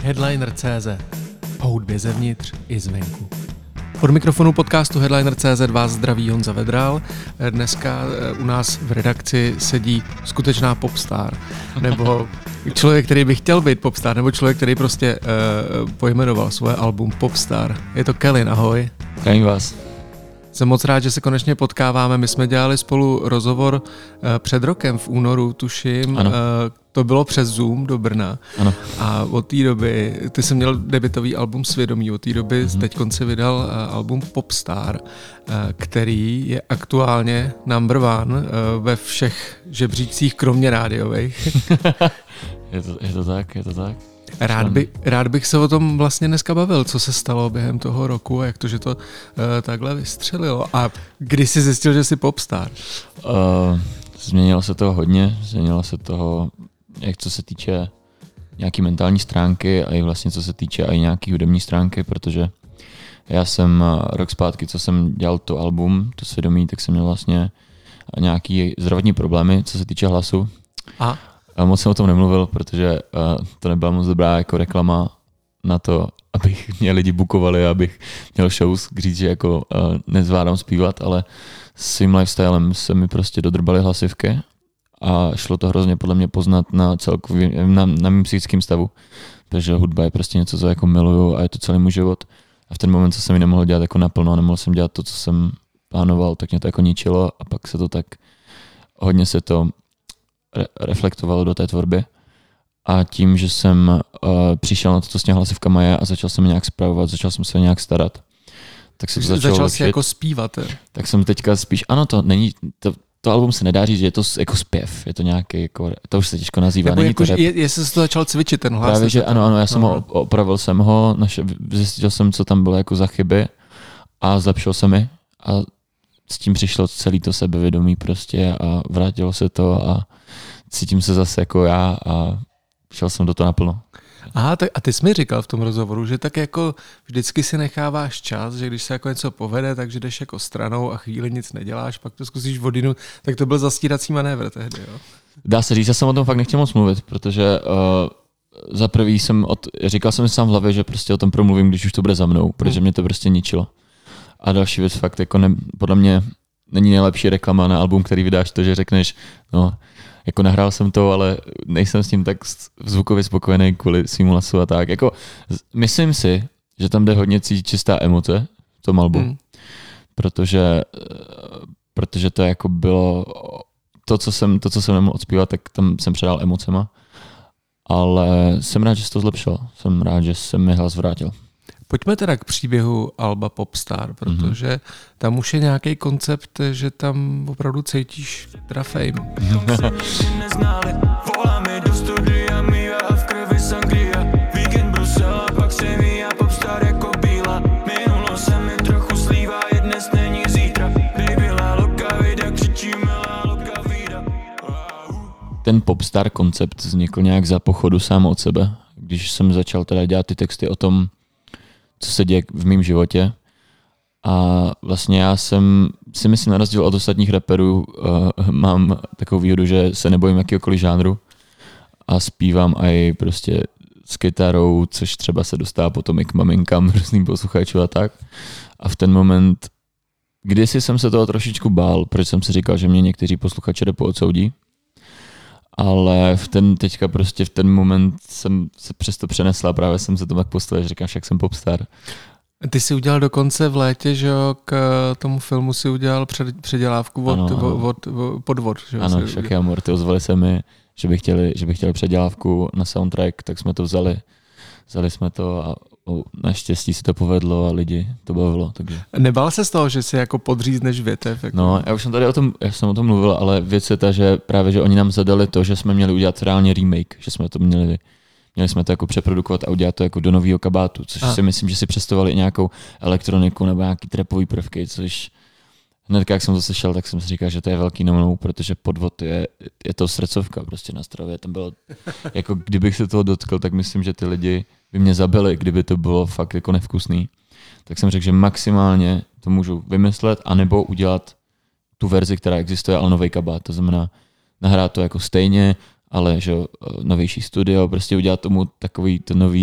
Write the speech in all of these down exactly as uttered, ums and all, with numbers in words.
Headliner tečka cé zet. Po hudbě zevnitř i zvenku. Od mikrofonu podcastu Headliner tečka cé zet vás zdraví Honza Vedral. Dneska u nás v redakci sedí skutečná popstar, nebo člověk, který by chtěl být popstar, nebo člověk, který prostě uh, pojmenoval svoje album Popstar. Je to Kellyn, ahoj. Zdravím vás. Jsem moc rád, že se konečně potkáváme. My jsme dělali spolu rozhovor uh, před rokem v únoru, tuším. Uh, to bylo přes Zoom do Brna. Ano. A od té doby, ty jsi měl debutový album Svědomí, od té doby mm-hmm. teď konce vydal uh, album Popstar, uh, který je aktuálně number one uh, ve všech žebřících, kromě rádiových. je, to, je to tak, je to tak. Rád, by, rád bych se o tom vlastně dneska bavil, co se stalo během toho roku a jak to, že to uh, takhle vystřelilo. A kdy jsi zjistil, že jsi popstar? Uh, změnilo se toho hodně, změnilo se toho, jak co se týče nějaký mentální stránky a i vlastně co se týče i nějaký hudební stránky, protože já jsem rok zpátky, co jsem dělal to album, to Svědomí, tak jsem měl vlastně nějaký zdravotní problémy, co se týče hlasu. A? A moc jsem o tom nemluvil, protože uh, to nebyla moc dobrá jako reklama na to, abych mě lidi bukovali, abych měl shows, říct, že jako uh, nezvládám zpívat, ale svým lifestylem se mi prostě dodrbaly hlasivky a šlo to hrozně podle mě poznat na celkový, na, na mým psychickém stavu, protože hudba je prostě něco, co jako miluju a je to celý můj život. A v ten moment, co jsem mi nemohl dělat jako naplno, nemohl jsem dělat to, co jsem plánoval, tak mě to jako ničilo a pak se to tak, hodně se to re- reflektovalo do té tvorby. A tím, že jsem uh, přišel na to, co s těmi hlasivkama je a začal jsem nějak spravovat, začal jsem se nějak starat, tak se to začalo Začal lepšit. jsi jako zpívat, je? Tak jsem teďka spíš, ano, to není, to, to album se nedá říct, že je to jako zpěv, je to nějaký, jako, to už se těžko nazývá, Nebo není jako, to rap. Je, jestli jsi to začal cvičit, ten hlas. Právě, že ano, ano, já jsem no. ho opravil jsem ho, naše, zjistil jsem, co tam bylo jako za chyby a zlepšil se mi a s tím přišlo celý to sebevědomí prostě a vrátilo se to a cítím se zase jako já a šel jsem do toho naplno. Aha, tak a ty jsi mi říkal v tom rozhovoru, že tak jako vždycky si necháváš čas, že když se jako něco povede, takže jdeš jako stranou a chvíli nic neděláš, pak to zkusíš vodinu, tak to byl zastírací manévr tehdy, jo? Dá se říct, já jsem o tom fakt nechtěl moc mluvit, protože uh, za prvý jsem, od, říkal jsem si sám v hlavě, že prostě o tom promluvím, když už to bude za mnou, protože mě to prostě ničilo. A další věc fakt, jako ne, podle mě není nejlepší reklama na album, který vydáš, to, že řekneš, no, jako nahrál jsem to, ale nejsem s tím tak zvukově spokojený kvůli svým hlasu a tak. Jako, myslím si, že tam jde hodně cítit čistá emoce v tom albu, hmm. protože, protože to jako bylo to, co jsem, to, co jsem nemohl odspívat, tak tam jsem předal emocema, ale jsem rád, že se to zlepšilo. Jsem rád, že se mi hlas vrátil. Pojďme teda k příběhu alba Popstar, protože mm-hmm. tam už je nějaký koncept, že tam opravdu cítíš teda fame. Ten Popstar koncept vznikl nějak za pochodu sám od sebe, když jsem začal teda dělat ty texty o tom, co se děje v mém životě. A vlastně já jsem si myslím, na rozdíl od ostatních raperů, uh, mám takovou výhodu, že se nebojím jakýkoliv žánru a zpívám i prostě s kytarou, což třeba se dostává potom i k maminkám, různým posluchačům a tak. A v ten moment, kdysi jsem se toho trošičku bál, protože jsem si říkal, že mě někteří posluchači rapu odsoudí, ale v ten, teďka prostě v ten moment jsem se přesto přenesla, právě jsem se to tak postavil, že říkám, však jsem popstar. Ty jsi udělal dokonce v létě, že jo, k tomu filmu si udělal před, předělávku od, ano, ano. Od, od, podvod. Že ano, však já Morty ozvali se mi, že by chtěli, že by chtěli předělávku na soundtrack, tak jsme to vzali. Vzali jsme to a naštěstí se to povedlo a lidi to bavilo. Takže. Nebál se z toho, že si jako podřízneš větev? Jako... No, já už jsem tady o tom, já jsem o tom mluvil, ale věc je ta, že právě, že oni nám zadali to, že jsme měli udělat reálně remake, že jsme to měli, měli jsme to jako přeprodukovat a udělat to jako do nového kabátu, což a. si myslím, že si představovali i nějakou elektroniku nebo nějaký trapový prvky, což hned jak jsem to slyšel, tak jsem si říkal, že to je velký no-no, protože podvod je, je to srdcovka prostě na stravě. Tam bylo, jako kdybych se toho dotkl, tak myslím, že ty lidi by mě zabili, kdyby to bylo fakt jako nevkusný. Tak jsem řekl, že maximálně to můžu vymyslet, anebo udělat tu verzi, která existuje, ale nový kabát. To znamená nahrát to jako stejně, ale že novější studio, prostě udělat tomu takový to nový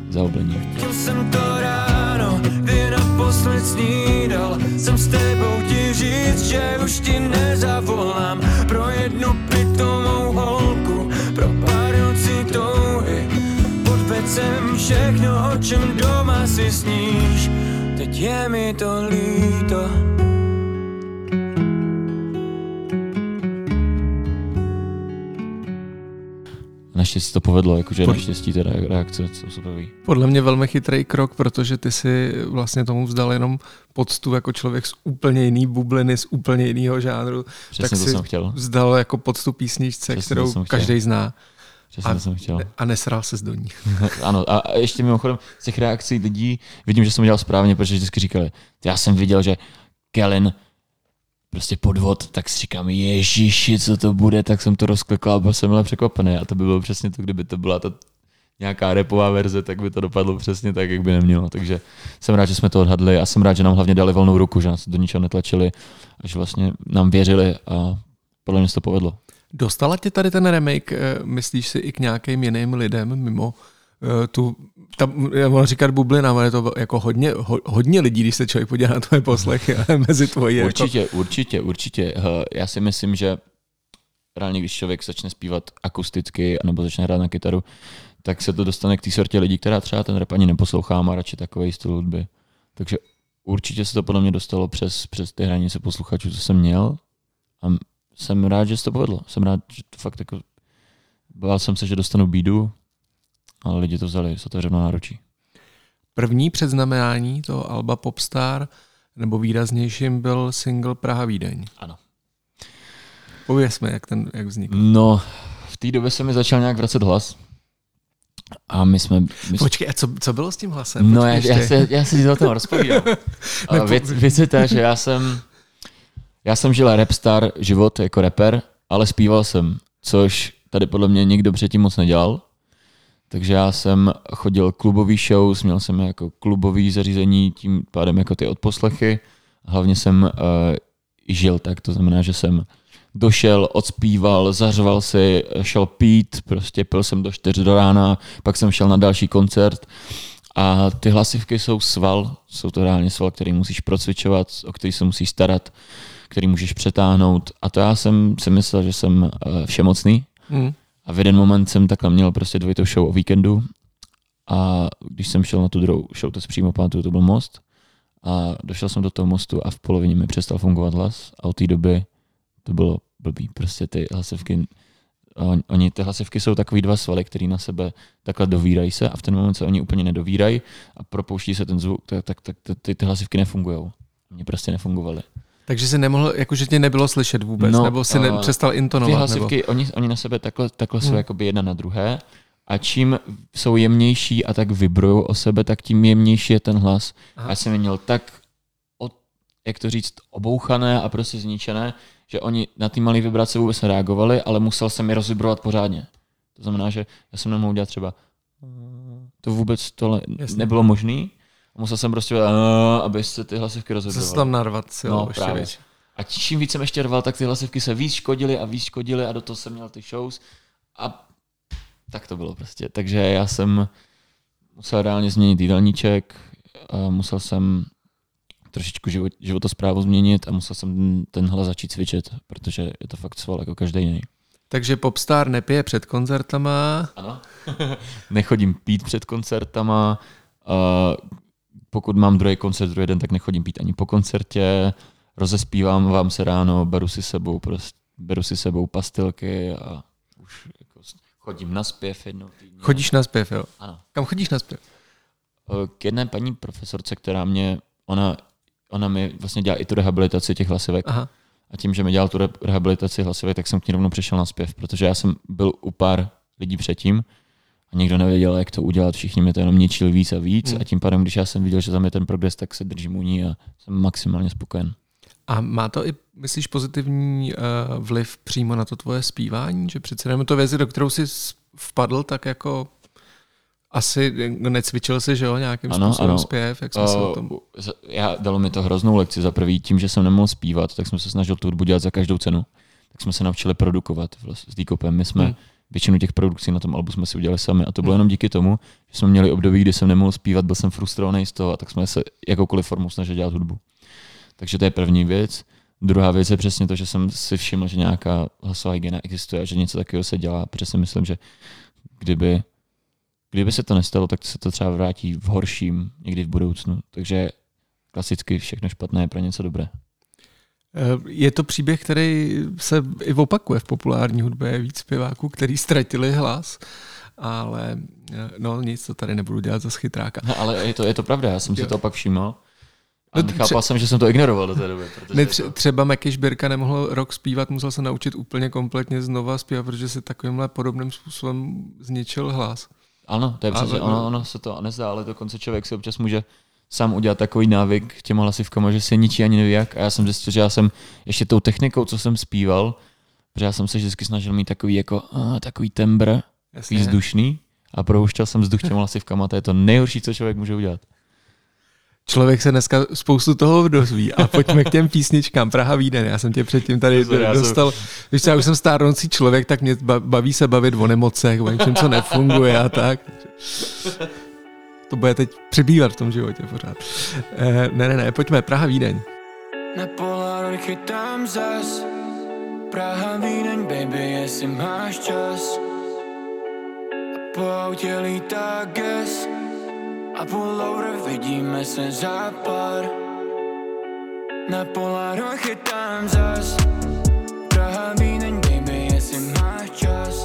zaoblení. Chtěl jsem to ráno, kdy naposled snídal, jsem s tebou ti říct, že už ti nezavolám pro jednu pitomou holku, pro pár nocí touhy. Podvedl jsem všechno, o čem doma si sníš, teď je mi to líto. Naštěstí to povedlo, jakože Pod... naštěstí teda reakce jsou superový. Podle mě velmi chytrý krok, protože ty si vlastně tomu vzdal jenom poctu jako člověk z úplně jiný bubliny, z úplně jiného žánru. Přesně tak to si jsem chtěl. vzdal jako poctu písničce, Přesně kterou každý zná. Přesně a, to jsem chtěl. A nesral se do ní. Ano, a ještě mimochodem z těch reakcí lidí vidím, že jsem udělal správně, protože vždycky říkali, já jsem viděl, že Kellen prostě podvod, tak si říkám, ježiši, co to bude, tak jsem to rozklikl a byl jsem ale překvapený. A to by bylo přesně to, kdyby to byla ta nějaká rapová verze, tak by to dopadlo přesně tak, jak by nemělo. Takže jsem rád, že jsme to odhadli a jsem rád, že nám hlavně dali volnou ruku, že nás do ničeho netlačili a že vlastně nám věřili a podle mě se to povedlo. Dostala tě tady ten remake, myslíš si, i k nějakým jiným lidem mimo tu, tam, já mohu říkat bublina, ale je to jako hodně, ho, hodně lidí, když se člověk podívá na tvoje poslechy, ale mezi tvoji. Určitě, jako... určitě, určitě. Já si myslím, že reálně, když člověk začne zpívat akusticky nebo začne hrát na kytaru, tak se to dostane k té sortě lidí, která třeba ten rap ani neposlouchá, má radši takový styl hudby. Takže určitě se to podle mě dostalo přes, přes ty hranice posluchačů, co jsem měl. A jsem rád, že se to povedlo. Jsem rád, že to fakt jako... Bál jsem se, že dostanu bídu, ale lidi to vzali s otevřenou náručí. První předznamenání toho alba Popstar, nebo výraznějším byl single Praha Vídeň. Ano. Pověz mi, jak, ten, jak vznikl. No, v té době se mi začal nějak vracet hlas. A my jsme... My... Počkej, a co, co bylo s tím hlasem? No, já, já, se, já se o tom rozpovídám. věc, věc je ta, že já jsem... Já jsem žil rapstar život jako rapper, ale zpíval jsem, což tady podle mě nikdo předtím moc nedělal. Takže já jsem chodil klubový shows, měl jsem jako klubový zařízení, tím pádem jako ty odposlechy. Hlavně jsem uh, žil tak, to znamená, že jsem došel, odspíval, zařval si, šel pít, prostě pil jsem do čtyř do rána, pak jsem šel na další koncert. A ty hlasivky jsou sval, jsou to reálně sval, který musíš procvičovat, o který se musíš starat, který můžeš přetáhnout. A to já jsem si myslel, že jsem uh, všemocný. Mm. A v jeden moment jsem takhle měl prostě dvojitou show o víkendu a když jsem šel na tu druhou show, to si přímo pamatuju, to byl Most a došel jsem do toho mostu a v polovině mi přestal fungovat hlas a od té doby to bylo blbý. Prostě ty hlasivky, oni, ty hlasivky jsou takový dva svaly, který na sebe takhle dovírají se a v ten moment se oni úplně nedovírají a propouští se ten zvuk, tak, tak, tak ty, ty hlasivky nefungujou. Mně prostě nefungovaly. Takže jsi nemohl, jakože tě nebylo slyšet vůbec, no, nebo jsi ne, uh, přestal intonovat? Ty hlasivky, nebo... oni, oni na sebe takhle, takhle hmm. jsou jakoby jedna na druhé a čím jsou jemnější a tak vibrujou o sebe, tak tím jemnější je ten hlas. Aha. Já jsem je měl tak, od, jak to říct, obouchané a prostě zničené, že oni na ty malé vibrace vůbec nereagovali, ale musel jsem je rozvibrovat pořádně. To znamená, že já jsem nemohl udělat třeba to vůbec tohle Jasně. nebylo možný. Musel jsem prostě, aby se ty hlasivky rozhodovaly. Zase tam narvat si no, ještě větší. A čím víc jsem ještě rval, tak ty hlasivky se víc škodily a víc škodily a do toho jsem měl ty shows a tak to bylo prostě. Takže já jsem musel reálně změnit jídelníček, a musel jsem trošičku život, životosprávu změnit a musel jsem ten hlas začít cvičit, protože je to fakt sval jako každý jiný. Takže Popstar nepije před koncertama? Ano. Nechodím pít před koncertama. Uh, pokud mám druhý koncert druhý den, tak nechodím pít ani po koncertě. Rozespívám vám se ráno, beru si sebou, prostě, beru si sebou pastilky a už jako chodím na zpěv jednou týdně. Chodíš na zpěv, jo? Ano. Kam chodíš na zpěv? K jedné paní profesorce, která mě, ona, ona mi vlastně dělá i tu rehabilitaci těch hlasivek. Aha. A tím, že mi dělal tu rehabilitaci hlasivek, tak jsem k ní rovnou přešel na zpěv, protože já jsem byl u pár lidí předtím a nikdo nevěděl, jak to udělat, všichni mi to jenom ničili víc a víc hmm. a tím pádem, když já jsem viděl, že tam je ten progres, tak se držím u ní a jsem maximálně spokojen. A má to i, myslíš, pozitivní uh, vliv přímo na to tvoje zpívání? Že přece jenom to věci, do kterou jsi vpadl, tak jako asi necvičil si, že jo, nějakým ano, způsobem ano. zpěv, jak jsme uh, se o tom... Já dalo mi to hroznou lekci za prvý, tím, že jsem nemohl zpívat, tak jsem se snažil tu hudbu dělat za každou cenu. Tak jsme se naučili produkovat s Díkopem. My jsme, hmm. většinu těch produkcí na tom albu jsme si udělali sami a to bylo jenom díky tomu, že jsme měli období, kdy jsem nemohl zpívat, byl jsem frustrovaný z toho a tak jsme se jakoukoliv formou snažili dělat hudbu. Takže to je první věc. Druhá věc je přesně to, že jsem si všiml, že nějaká hlasová hygiena existuje a že něco takového se dělá, protože si myslím, že kdyby, kdyby se to nestalo, tak se to třeba vrátí v horším někdy v budoucnu. Takže klasicky všechno špatné je pro něco dobré. Je to příběh, který se i opakuje v populární hudbě, víc zpěváků, který ztratili hlas, ale no nic, to tady nebudu dělat za chytráka. No, ale je to, je to pravda, já jsem si to opak všiml. A nechápal jsem, že jsem to ignoroval do té doby. Ne, tře- to... Třeba Meky Šbírka nemohl rok zpívat, musel se naučit úplně kompletně znova zpívat, protože se takovýmhle podobným způsobem zničil hlas. Ano, to je přesně, ale... ono, ono se to nezdá, ale dokonce člověk si občas může sám udělat takový návyk těma hlasivkama, že se ničí ani neví jak. A já jsem zjistil, že já jsem ještě tou technikou, co jsem zpíval, protože já jsem se vždycky snažil mít takový jako uh, takový tembr, takový vzdušný a prouštěl jsem vzduch těma hlasivkama, to je to nejhorší, co člověk může udělat. Člověk se dneska spoustu toho dozví a pojďme k těm písničkám. Praha Vídeň, já jsem tě předtím tady dostal, víš co, já už jsem stárnoucí člověk, tak mě baví se bavit o nemocech, o něčem, co nefunguje a tak. To bude teď přibývat v tom životě pořád. Eh, ne, ne, ne, pojďme, Praha Vídeň. Na Polaroid chytám zas Praha Vídeň, baby, jestli máš čas. A po autě lítá gas a pullover, vidíme se za pár. Na Polaroid chytám zas Praha Vídeň, baby, jestli máš čas.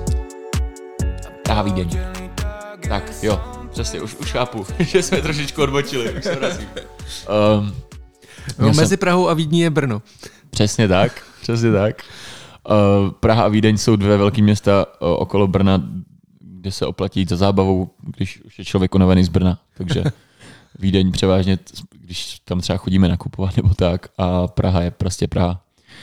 Praha Vídeň. Tak, jo, přesně, už, už chápu, že jsme trošičku odbočili, už se vracím. Um, no, mezi jsem... Prahou a Vídní je Brno. Přesně tak, přesně tak. Uh, Praha a Vídeň jsou dvě velké města uh, okolo Brna, kde se oplatí jít za zábavou, když už je člověk unavený z Brna. Takže Vídeň převážně, když tam třeba chodíme nakupovat nebo tak, a Praha je prostě Praha.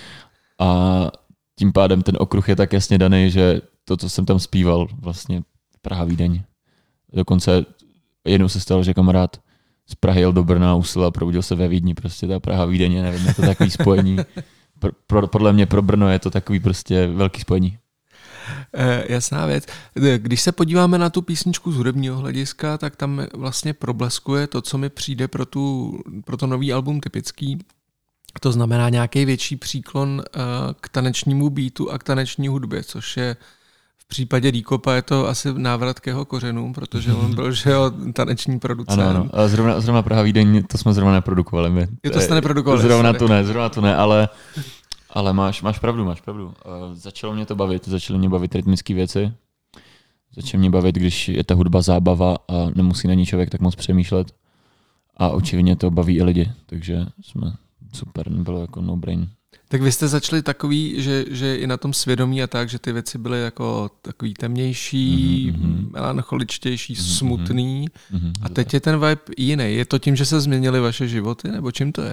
A tím pádem ten okruh je tak jasně daný, že to, co jsem tam zpíval, vlastně Praha Vídeň. Dokonce jednou se stalo, že kamarád z Prahy jel do Brna, usil a probudil se ve Vídni. Prostě ta Praha Vídeň, nevím, je to takový spojení. Pro, pro, podle mě pro Brno je to takový prostě velký spojení. E, jasná věc. Když se podíváme na tu písničku z hudebního hlediska, tak tam vlastně probleskuje to, co mi přijde pro, tu, pro to nový album typický. To znamená nějaký větší příklon uh, k tanečnímu beatu a k taneční hudbě, což je v případě Díkopa je to asi návrat k jeho kořenům, protože on byl, že jo, taneční producent. Ano, ano. A zrovna, zrovna Praha Vídeň, to jsme zrovna neprodukovali my. Jo, to jste neprodukovali. Zrovna tu ne, zrovna tu ne, ale, ale máš, máš pravdu, máš pravdu. Uh, začalo mě to bavit, začaly mě bavit rytmické věci. Začalo mě bavit, když je ta hudba zábava a nemusí na ní člověk tak moc přemýšlet. A očividně to baví i lidi, takže jsme super, nebylo jako no brain. Tak vy jste začali takový, že, že i na tom svědomí a tak, že ty věci byly jako takový temnější, mm-hmm. melancholičtější, mm-hmm. smutný. Mm-hmm. A teď je ten vibe jiný. Je to tím, že se změnily vaše životy, nebo čím to je?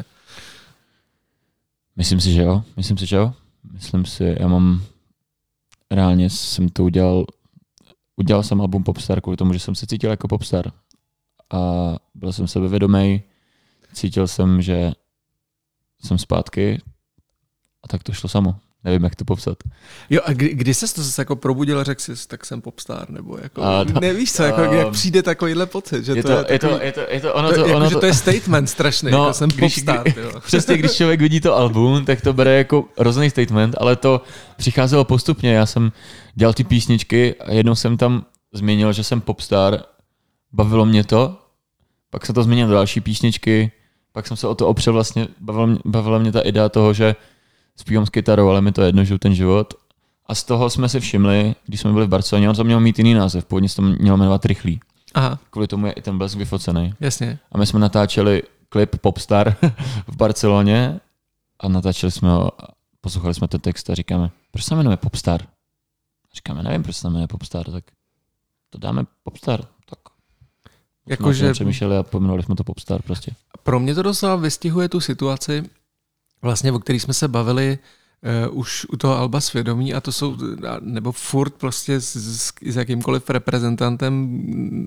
Myslím si, že jo. Myslím si, že jo. Myslím si, já mám reálně jsem to udělal, udělal jsem album Popstar kvůli tomu, že jsem se cítil jako popstar. A byl jsem sebevědomý, cítil jsem, že jsem zpátky a tak to šlo samo. Nevím, jak to popsat. Jo, a kdy, kdy jsi to zase jako probudil a řekl jsi, tak jsem popstar, nebo jako, a no, nevíš co, jako, um, jak přijde takovýhle pocit, že je to, to je takový, je to, je to, je to, ono to, to, jako, ono že to, to je statement strašný, no, jako jsem když, popstar. Kdy, přesně, když člověk vidí to album, tak to bere jako hrozný statement, ale to přicházelo postupně. Já jsem dělal ty písničky a jednou jsem tam změnil, že jsem popstar, bavilo mě to, pak jsem to změnil do další písničky, pak jsem se o to opřel, vlastně bavila mě, bavila mě ta idea toho, že zpívám s kytarou, ale mi to jedno, žiju ten život. A z toho jsme si všimli, když jsme byli v Barceloně, on to měl mít jiný název, původně se to mělo jmenovat Rychlý. Aha. Kvůli tomu je i ten blesk vyfocený. Jasně. A my jsme natáčeli klip Popstar v Barceloně a natáčeli jsme ho, poslouchali jsme ten text a říkáme, proč se jmenuje Popstar? Říkáme, nevím, proč se jmenuje Popstar, tak to dáme Popstar. Tak Jakože přemýšleli a pojmenovali jsme to Popstar prostě. Pro mě to docela vystihuje tu situaci, vlastně, o které jsme se bavili uh, už u toho alba svědomí a to jsou, nebo furt prostě s, s, s jakýmkoliv reprezentantem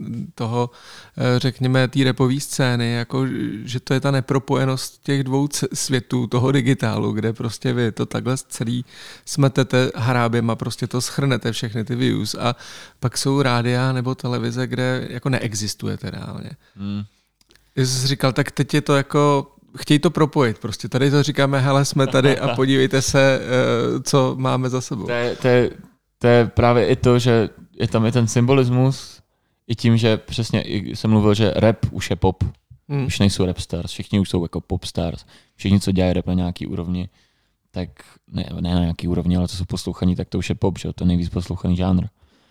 toho, řekněme, té rapové scény, jako, že to je ta nepropojenost těch dvou světů, toho digitálu, kde prostě vy to takhle celý smetete hráběm a prostě to schrnete všechny ty views a pak jsou rádia nebo televize, kde jako neexistujete reálně. Hmm. Já jsem si říkal, tak teď je to jako chtějí to propojit, prostě tady to říkáme, hele, jsme tady a podívejte se, co máme za sebou. To je, to je, to je právě i to, že je tam i ten symbolismus, i tím, že přesně jsem mluvil, že rap už je pop, hmm. už nejsou rap stars, všichni už jsou jako pop stars, všichni, co dělají rap na nějaký úrovni, tak ne, ne na nějaký úrovni, ale co jsou poslouchaní, tak to už je pop, že to je nejvíc poslouchaný žánr.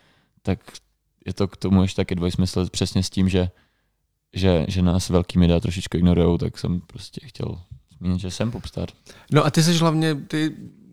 Tak je to k tomu ještě taky dvojsmysl přesně s tím, že Že, že nás velký média trošičku ignorujou, tak jsem prostě chtěl zmínit, že jsem popstar. No a ty jsi hlavně, ty,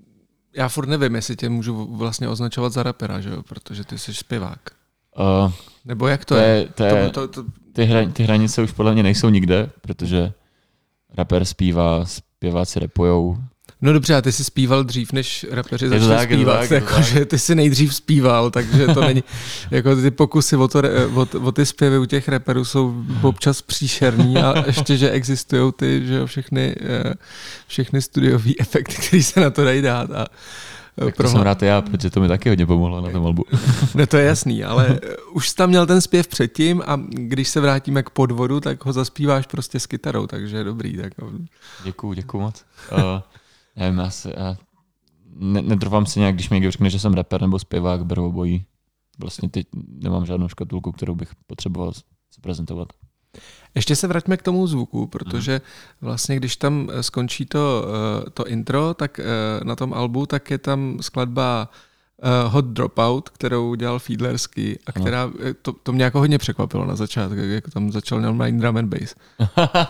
já furt nevím, jestli tě můžu vlastně označovat za rapera, že jo, protože ty jsi zpěvák. Uh, Nebo jak to, to je? je? To je to, to, to... Ty, hra, ty hranice už podle mě nejsou nikde, protože rapper zpívá, zpěváci rapujou. No dobře, a ty jsi zpíval dřív, než rapeři začali zpívat, tak, jako, že ty jsi nejdřív zpíval, takže to není, jako ty pokusy o, to, o, o ty zpěvy u těch raperů jsou občas příšerný a ještě, že existují ty, že všechny, všechny studiové efekty, které se na to dají dát. A tak to jsem rád já, protože to mi taky hodně pomohlo na tom albu. No to je jasný, ale už jsi tam měl ten zpěv předtím a když se vrátíme k podvodu, tak ho zaspíváš prostě s kytarou, takže je dobrý. Tak... Děkuju, děkuju moc. Uh, Nevím, já, se, já ne, netrvám se nějak, když mi někdo řekne, že jsem rapper nebo zpěvák, beru obojí. Vlastně teď nemám žádnou škatulku, kterou bych potřeboval se prezentovat. Ještě se vraťme k tomu zvuku, protože vlastně když tam skončí to, to intro, tak na tom albu, tak je tam skladba Hot Dropout, kterou dělal Fiedlerský a která, to, to mě jako hodně překvapilo na začátku, jak tam začal normální drum and bass. uh,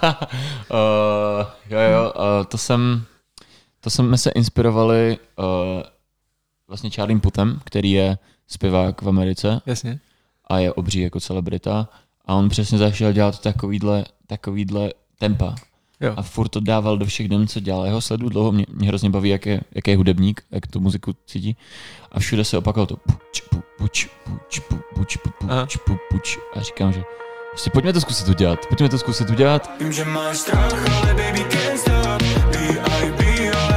jo, jo, uh, to jsem... To jsme se inspirovali uh, vlastně Charliem Puttem, který je zpěvák v Americe. Jasně. A je obří jako celebrita. A on přesně začal dělat takovýhle, takovýhle tempa. Jo. A furt to dával do všech den, co dělal. Já ho sleduju dlouho, mě, mě hrozně baví, jak je, jak je hudebník, jak tu muziku cítí. A všude se opakoval to puč, pu, puč, puč, pu, puč, pu, puč, pu, puč. A říkám, že prostě pojďme to zkusit udělat. Pojďme to zkusit udělat. Vím, že máš strach, ale baby can't stop. B I B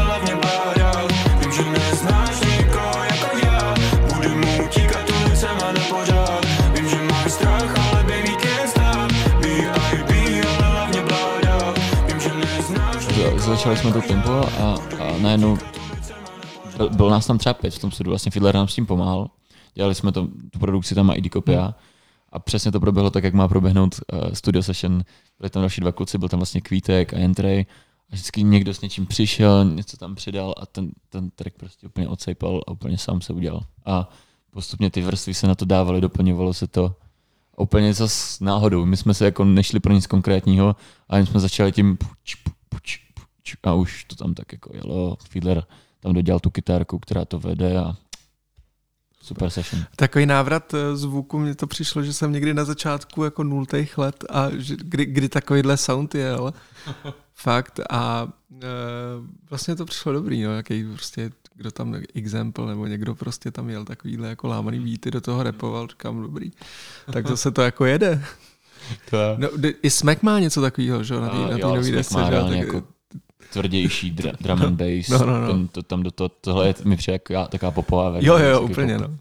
Začali jsme to tempo a, a najednou byl, byl nás tam třeba pět v tom studiu, vlastně Fiedler nám s tím pomáhal, dělali jsme to, tu produkci tam má I D Kopia a přesně to proběhlo tak, jak má proběhnout uh, studio session, byli tam další dva kluci, byl tam vlastně Kvítek a Jentrej a vždycky někdo s něčím přišel, něco tam přidal a ten, ten track prostě úplně odsejpal a úplně sám se udělal a postupně ty vrstvy se na to dávaly, doplňovalo se to a úplně zas náhodou, my jsme se jako nešli pro nic konkrétního a jen jsme začali tím puč, puč, a už to tam tak jako jelo. Fiedler tam dodělal tu kytárku, která to vede a super session. Takový návrat zvuku, mně to přišlo, že jsem někdy na začátku jako nultých let a že, kdy, kdy takovýhle sound je, ale fakt a e, vlastně to přišlo dobrý, no, jaký prostě, kdo tam, example nebo někdo prostě tam jel takovýhle jako lámaný beaty, do toho rapoval, říkám dobrý, tak zase to jako jede. No, i Smack má něco takového, že na té uh, nový desce, že tak, jako tvrdější dra, drum and bass, no, no, no. Ten, to, tam do toho, tohle je mi přijde taková, taková popová verze. Jo, jo, jo úplně, pop, no.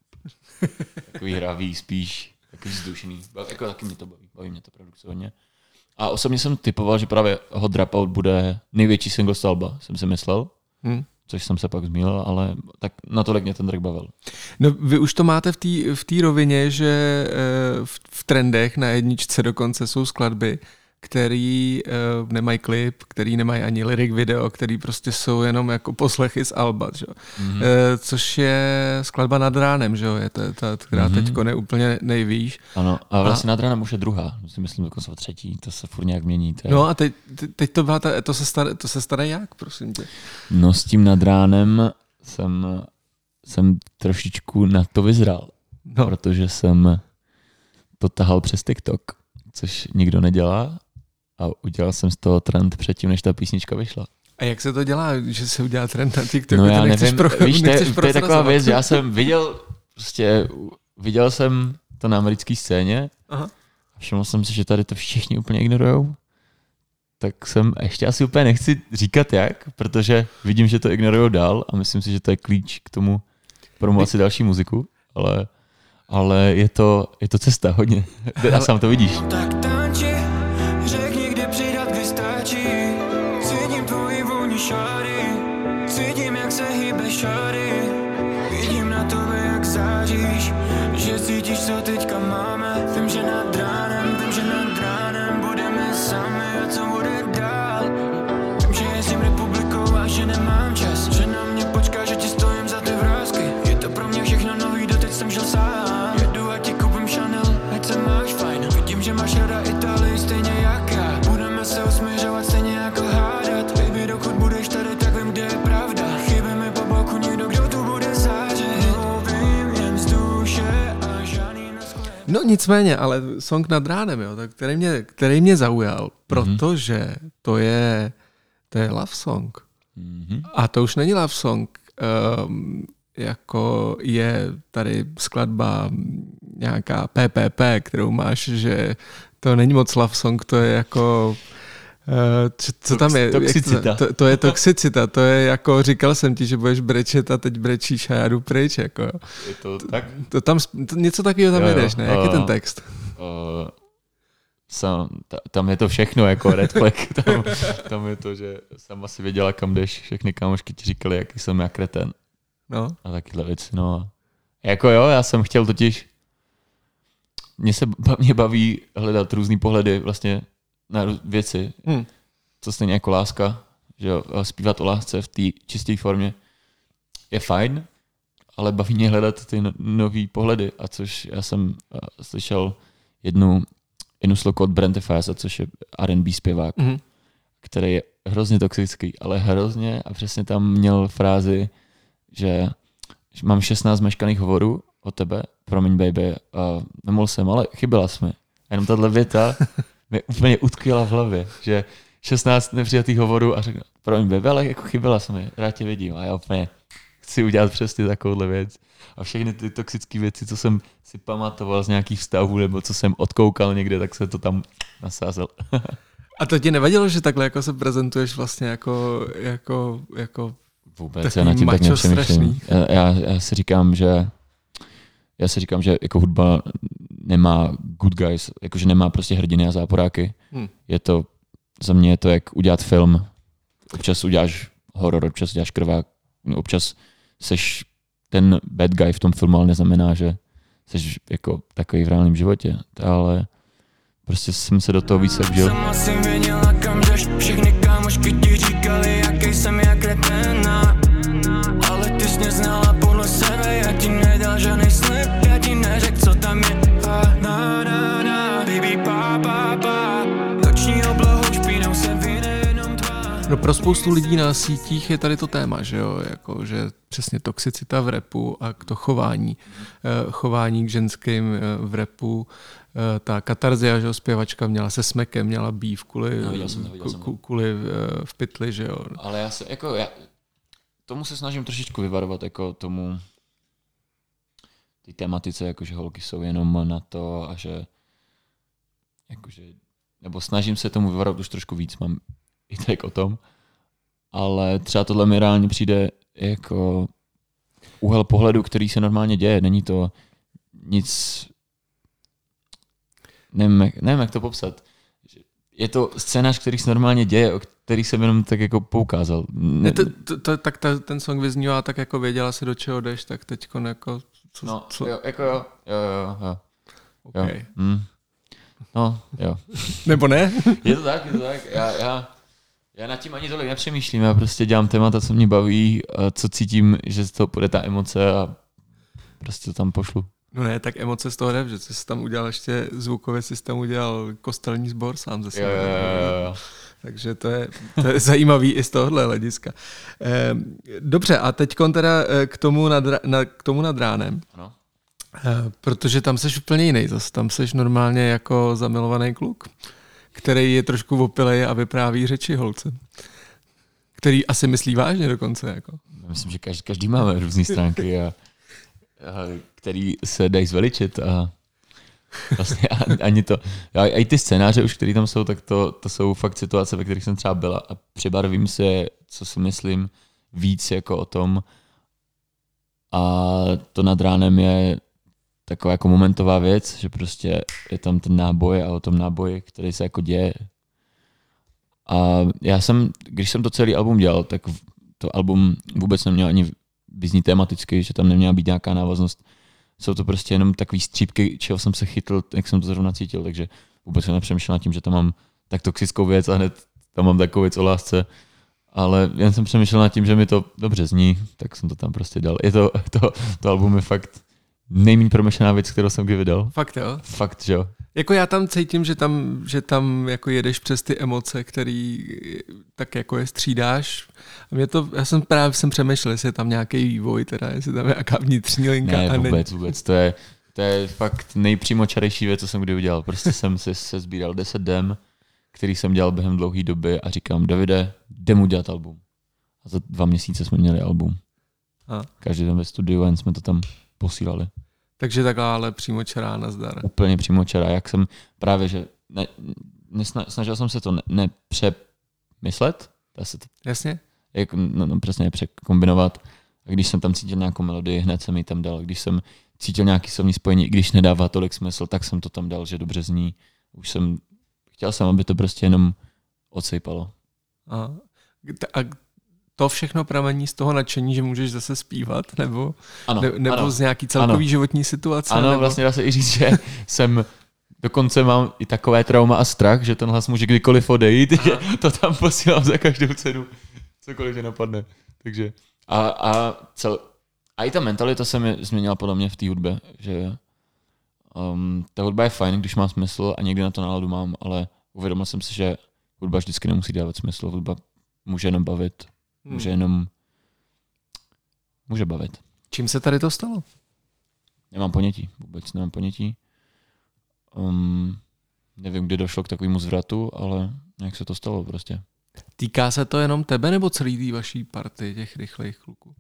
Takový hravý spíš, takový vzdušný, jako taky mě to baví, baví mě to produkce hodně. A osobně jsem typoval, že právě Hot Dropout bude největší single z alba, jsem si myslel, hmm. což jsem se pak zmýlil, ale tak natolik mě ten track bavil. No vy už to máte v té v té rovině, že v, v trendech na jedničce dokonce jsou skladby, který uh, nemají klip, který nemají ani lyric video, který prostě jsou jenom jako poslechy z alba, že? Mm-hmm. Uh, což je skladba Nad ránem, že jo, je to ta, která mm-hmm. teďko ne úplně nejvíš. Ano, a vlastně a... Nad ránem už je druhá, si myslím dokonce třetí, to se furt nějak mění. Je... No a teď, teď to byla ta, to se stane, to se stane jak, prosím tě? No s tím Nad ránem jsem, jsem trošičku na to vyzral, no. Protože jsem to tahal přes TikTok, což nikdo nedělá. A udělal jsem z toho trend předtím, než ta písnička vyšla. A jak se to dělá, že se udělá trend na TikToku? No já nevím, pro, víš, to je, to je taková věc, já jsem viděl, prostě viděl jsem to na americké scéně. Aha. A všiml jsem si, že tady to všichni úplně ignorujou. Tak jsem ještě asi úplně nechci říkat jak, protože vidím, že to ignorujou dál a myslím si, že to je klíč k tomu promovat si další muziku, ale, ale je, to, je to cesta hodně. A sám to vidíš. Tak tanči, řekni, kde přidat, kdy stačí. Cítím tvoji vůni šáry, cítím, jak se hýbe šáry. Vidím na tobě, jak záříš, že cítíš, co teďka máme. Vím, že nad ránem, vím, že nad ránem budeme sami a co bude dál. Vím, že jezdím republikou a že nemám čas, že na mě počká, že ti stojím za ty vrásky. Je to pro mě všechno nový, doteď jsem žil sám. Jedu a ti koupím Chanel, ať se máš fajn. Vidím, že máš rada Itálii stejně jak já. Budeme se usměřovat stejně jako hádat. Baby, dokud budeš tady, tak vím, kde je pravda. Chybí mi po boku někdo, kdo tu bude zářit. Mluvím jen z duše a žádný neschle. No nicméně, ale song Nad ránem, jo, tak který, mě, který mě zaujal, protože mm-hmm. to je to je love song. Mm-hmm. A to už není love song, um, jako je tady skladba nějaká P P P, kterou máš, že to není moc love song, to je jako... Uh, co, co tam je? Toxicita. To, to je toxicita, to je jako, říkal jsem ti, že budeš brečet a teď brečíš a já jdu pryč. Jako. Je to tak? To tam, to, něco takového tam jedeš, ne? Jak je ten text? Uh, sam, ta, tam je to všechno, jako red flag. Tam, tam je to, že sama si věděla, kam jdeš, všechny kámošky ti říkali, jaký jsem já kreten. No. A takyhle věci, no. Jako jo, já jsem chtěl totiž, mě se mě baví hledat různý pohledy vlastně na věci, hmm. co stejně jako láska, že jo, zpívat o lásce v té čisté formě je fajn, ale baví mě hledat ty no, nový pohledy, a což já jsem uh, slyšel jednu, jednu sloku od Brente Fasa, což je R and B zpěvák, hmm. který je hrozně toxický, ale hrozně, a přesně tam měl frázi, že, že mám šestnáct meškaných hovorů od tebe, promiň baby, a nemohl jsem, ale chyběla jsi mi. A jenom tahle věta mě úplně utkvěla v hlavě, že šestnáct nepřijatých hovorů a řekl, promiň baby, ale jako chyběla jsi mi, rád tě vidím. A já úplně chci udělat přesně takovouhle věc. A všechny ty toxické věci, co jsem si pamatoval z nějakých vztahů, nebo co jsem odkoukal někde, tak se to tam nasázel. A to ti nevadilo, že takhle jako se prezentuješ vlastně jako, jako, jako vůbec, já na tím tak nepřemýšlím. Já, já, já si říkám, že já si říkám, že jako hudba nemá good guys, jakože nemá prostě hrdiny a záporáky. Hmm. Je to, za mě je to jak udělat film. Občas uděláš horor, občas uděláš krvák, občas seš ten bad guy v tom filmu, ale neznamená, že seš jako takový v reálném životě. Ale prostě jsem se do toho víc vžil. Sama si věděla, kam jdeš, všechny kámošky ti říkali, jaký jsem jak kreténa. Ale ty jsi mě znala podle sebe, já ti nedal žádnej slib, já ti neřek, co tam je. A na, na, na, baby, pa, pa, pa. Noční oblohou špínou se vyjde jenom dva. No pro spoustu lidí na sítích je tady to téma, že jo, jako, že přesně toxicita v rapu a to chování, chování k ženským v rapu. Ta Katarzia, že jo, zpěvačka měla se Smekem, měla býv kvůli, no, viděl jsem to, viděl jsem to. kvůli v pytli, že jo. Ale já se, jako já, tomu se snažím trošičku vyvarovat, jako tomu ty tematice, jako že holky jsou jenom na to a že jakože, nebo snažím se tomu vyvarovat už trošku víc, mám i tak o tom, ale třeba tohle mi reálně přijde jako úhel pohledu, který se normálně děje, není to nic, nevím, jak, nevím jak to popsat. Je to scénář, který se normálně děje, o který jsem jenom tak jako poukázal. Ne, to, to, to, tak ta, ten song vyznívá tak jako věděla si, do čeho jdeš, tak teďko jako... Co, no, co? Jo, jako jo, jo, jo, jo. Okay. Jo. Mm. No, jo. Nebo ne? Je to tak, je to tak. Já, já, já nad tím ani tolik nepřemýšlím, já prostě dělám témata, co mě baví, co cítím, že z toho půjde ta emoce a prostě to tam pošlu. No ne, tak emoce z toho jde, že jsi tam udělal ještě zvukově, jsi tam udělal kostelní sbor sám ze sebe. Jo, jo, jo, jo. Takže to je, to je zajímavý i z tohohle hlediska. Dobře, a teď teda k tomu nad, na, k tomu nad ránem. Ano. Protože tam seš úplně jiný, zase tam seš normálně jako zamilovaný kluk, který je trošku opilej a vypráví řeči holce. Který asi myslí vážně dokonce. Jako. Myslím, že každý, každý máme různé stránky, a, a, který se dají zveličit a vlastně ani to. A i ty scénáře už, které tam jsou, tak to, to jsou fakt situace, ve kterých jsem třeba byla a přibarvím se, co si myslím, víc jako o tom. A to nad ránem je taková jako momentová věc, že prostě je tam ten náboj a o tom náboji, který se jako děje. A já jsem, když jsem to celý album dělal, tak to album vůbec neměl ani vyznít tematicky, že tam neměla být nějaká návaznost. Jsou to prostě jenom takový střípky, čeho jsem se chytl, jak jsem to zrovna cítil, takže vůbec jsem nepřemýšlel nad tím, že tam mám tak toxickou věc a hned tam mám takovou věc o lásce. Ale jen jsem přemýšlel nad tím, že mi to dobře zní, tak jsem to tam prostě dal. Je to, to, to album je fakt nejméně promyšlená věc, kterou jsem kdy vydal. Fakt jo? Fakt, že jo. Jako já tam cítím, že tam, že tam jako jedeš přes ty emoce, který tak jako je střídáš. A mě to, já jsem právě jsem přemýšlel, jestli je tam nějaký vývoj, teda, jestli tam je nějaká vnitřní linka. Ne, a vůbec, ne... vůbec. To je, to je fakt nejpřímočarejší věc, co jsem kdy udělal. Prostě jsem si se sbíral deset dem, který jsem dělal během dlouhé doby a říkám, Davide, jdem udělat album. A za dva měsíce jsme měli album. A. Každý den ve studiu, jen jsme to tam posílali. Takže takhle ale přímočará nazdar. Úplně přímočará, jak jsem právě, že ne, nesna, snažil jsem se to ne, nepřemyslet. To, Jasně. Jak, no, no, přesně nepřekombinovat. A když jsem tam cítil nějakou melodii, hned jsem ji tam dal. Když jsem cítil nějaký slovní spojení, i když nedává tolik smysl, tak jsem to tam dal, že dobře zní. Už jsem, chtěl jsem, aby to prostě jenom odsejpalo. A, a to všechno pramení z toho nadšení, že můžeš zase zpívat, nebo, ano, ne, nebo ano, z nějaký celkový ano. životní situace? Ano, nebo... vlastně dá se i říct, že jsem dokonce mám i takové trauma a strach, že ten hlas může kdykoliv odejít, že to tam posílám za každou cenu, cokoliv tě napadne. Takže a, a, cel, a i ta mentalita se mi změnila podle mě v té hudbě, že um, ta hudba je fajn, když má smysl a někdy na to náladu mám, ale uvědomil jsem si, že hudba vždycky nemusí dávat smysl, hudba může jenom bavit. Může jenom může bavit. Čím se tady to stalo? Nemám ponětí, vůbec nemám ponětí. Um, nevím, kdy došlo k takovému zvratu, ale jak se to stalo prostě. Týká se to jenom tebe nebo celý tý vaší party těch rychlejch kluků?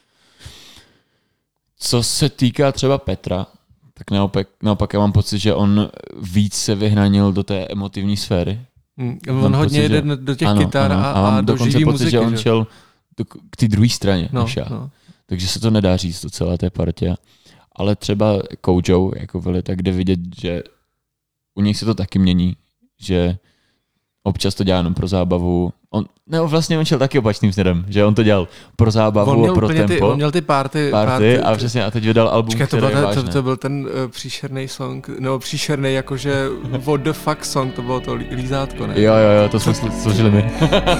Co se týká třeba Petra, tak naopak, naopak já mám pocit, že on víc se vyhnanil do té emotivní sféry. Hmm, on mám hodně jde že... do těch ano, kytar ano, a, a, a do živý pocit, muziky. Že on že? šel do, k té druhé straně no, než já. No. Takže se to nedá říct do celé té partě. Ale třeba Kojo, jako Vili, tak jde vidět, že u něj se to taky mění, že občas to dělá jenom pro zábavu. On, ne, vlastně on šel taky opačným směrem, že on to dělal pro zábavu a pro tempo. Ty, on měl ty party, party, party a přesně a teď vydal album, Čekaj, který to byl, je to, to byl ten uh, příšerný song, nebo příšerný jakože what the fuck song, to bylo to lízátko, ne? Jo, jo, jo, to jsme složili my.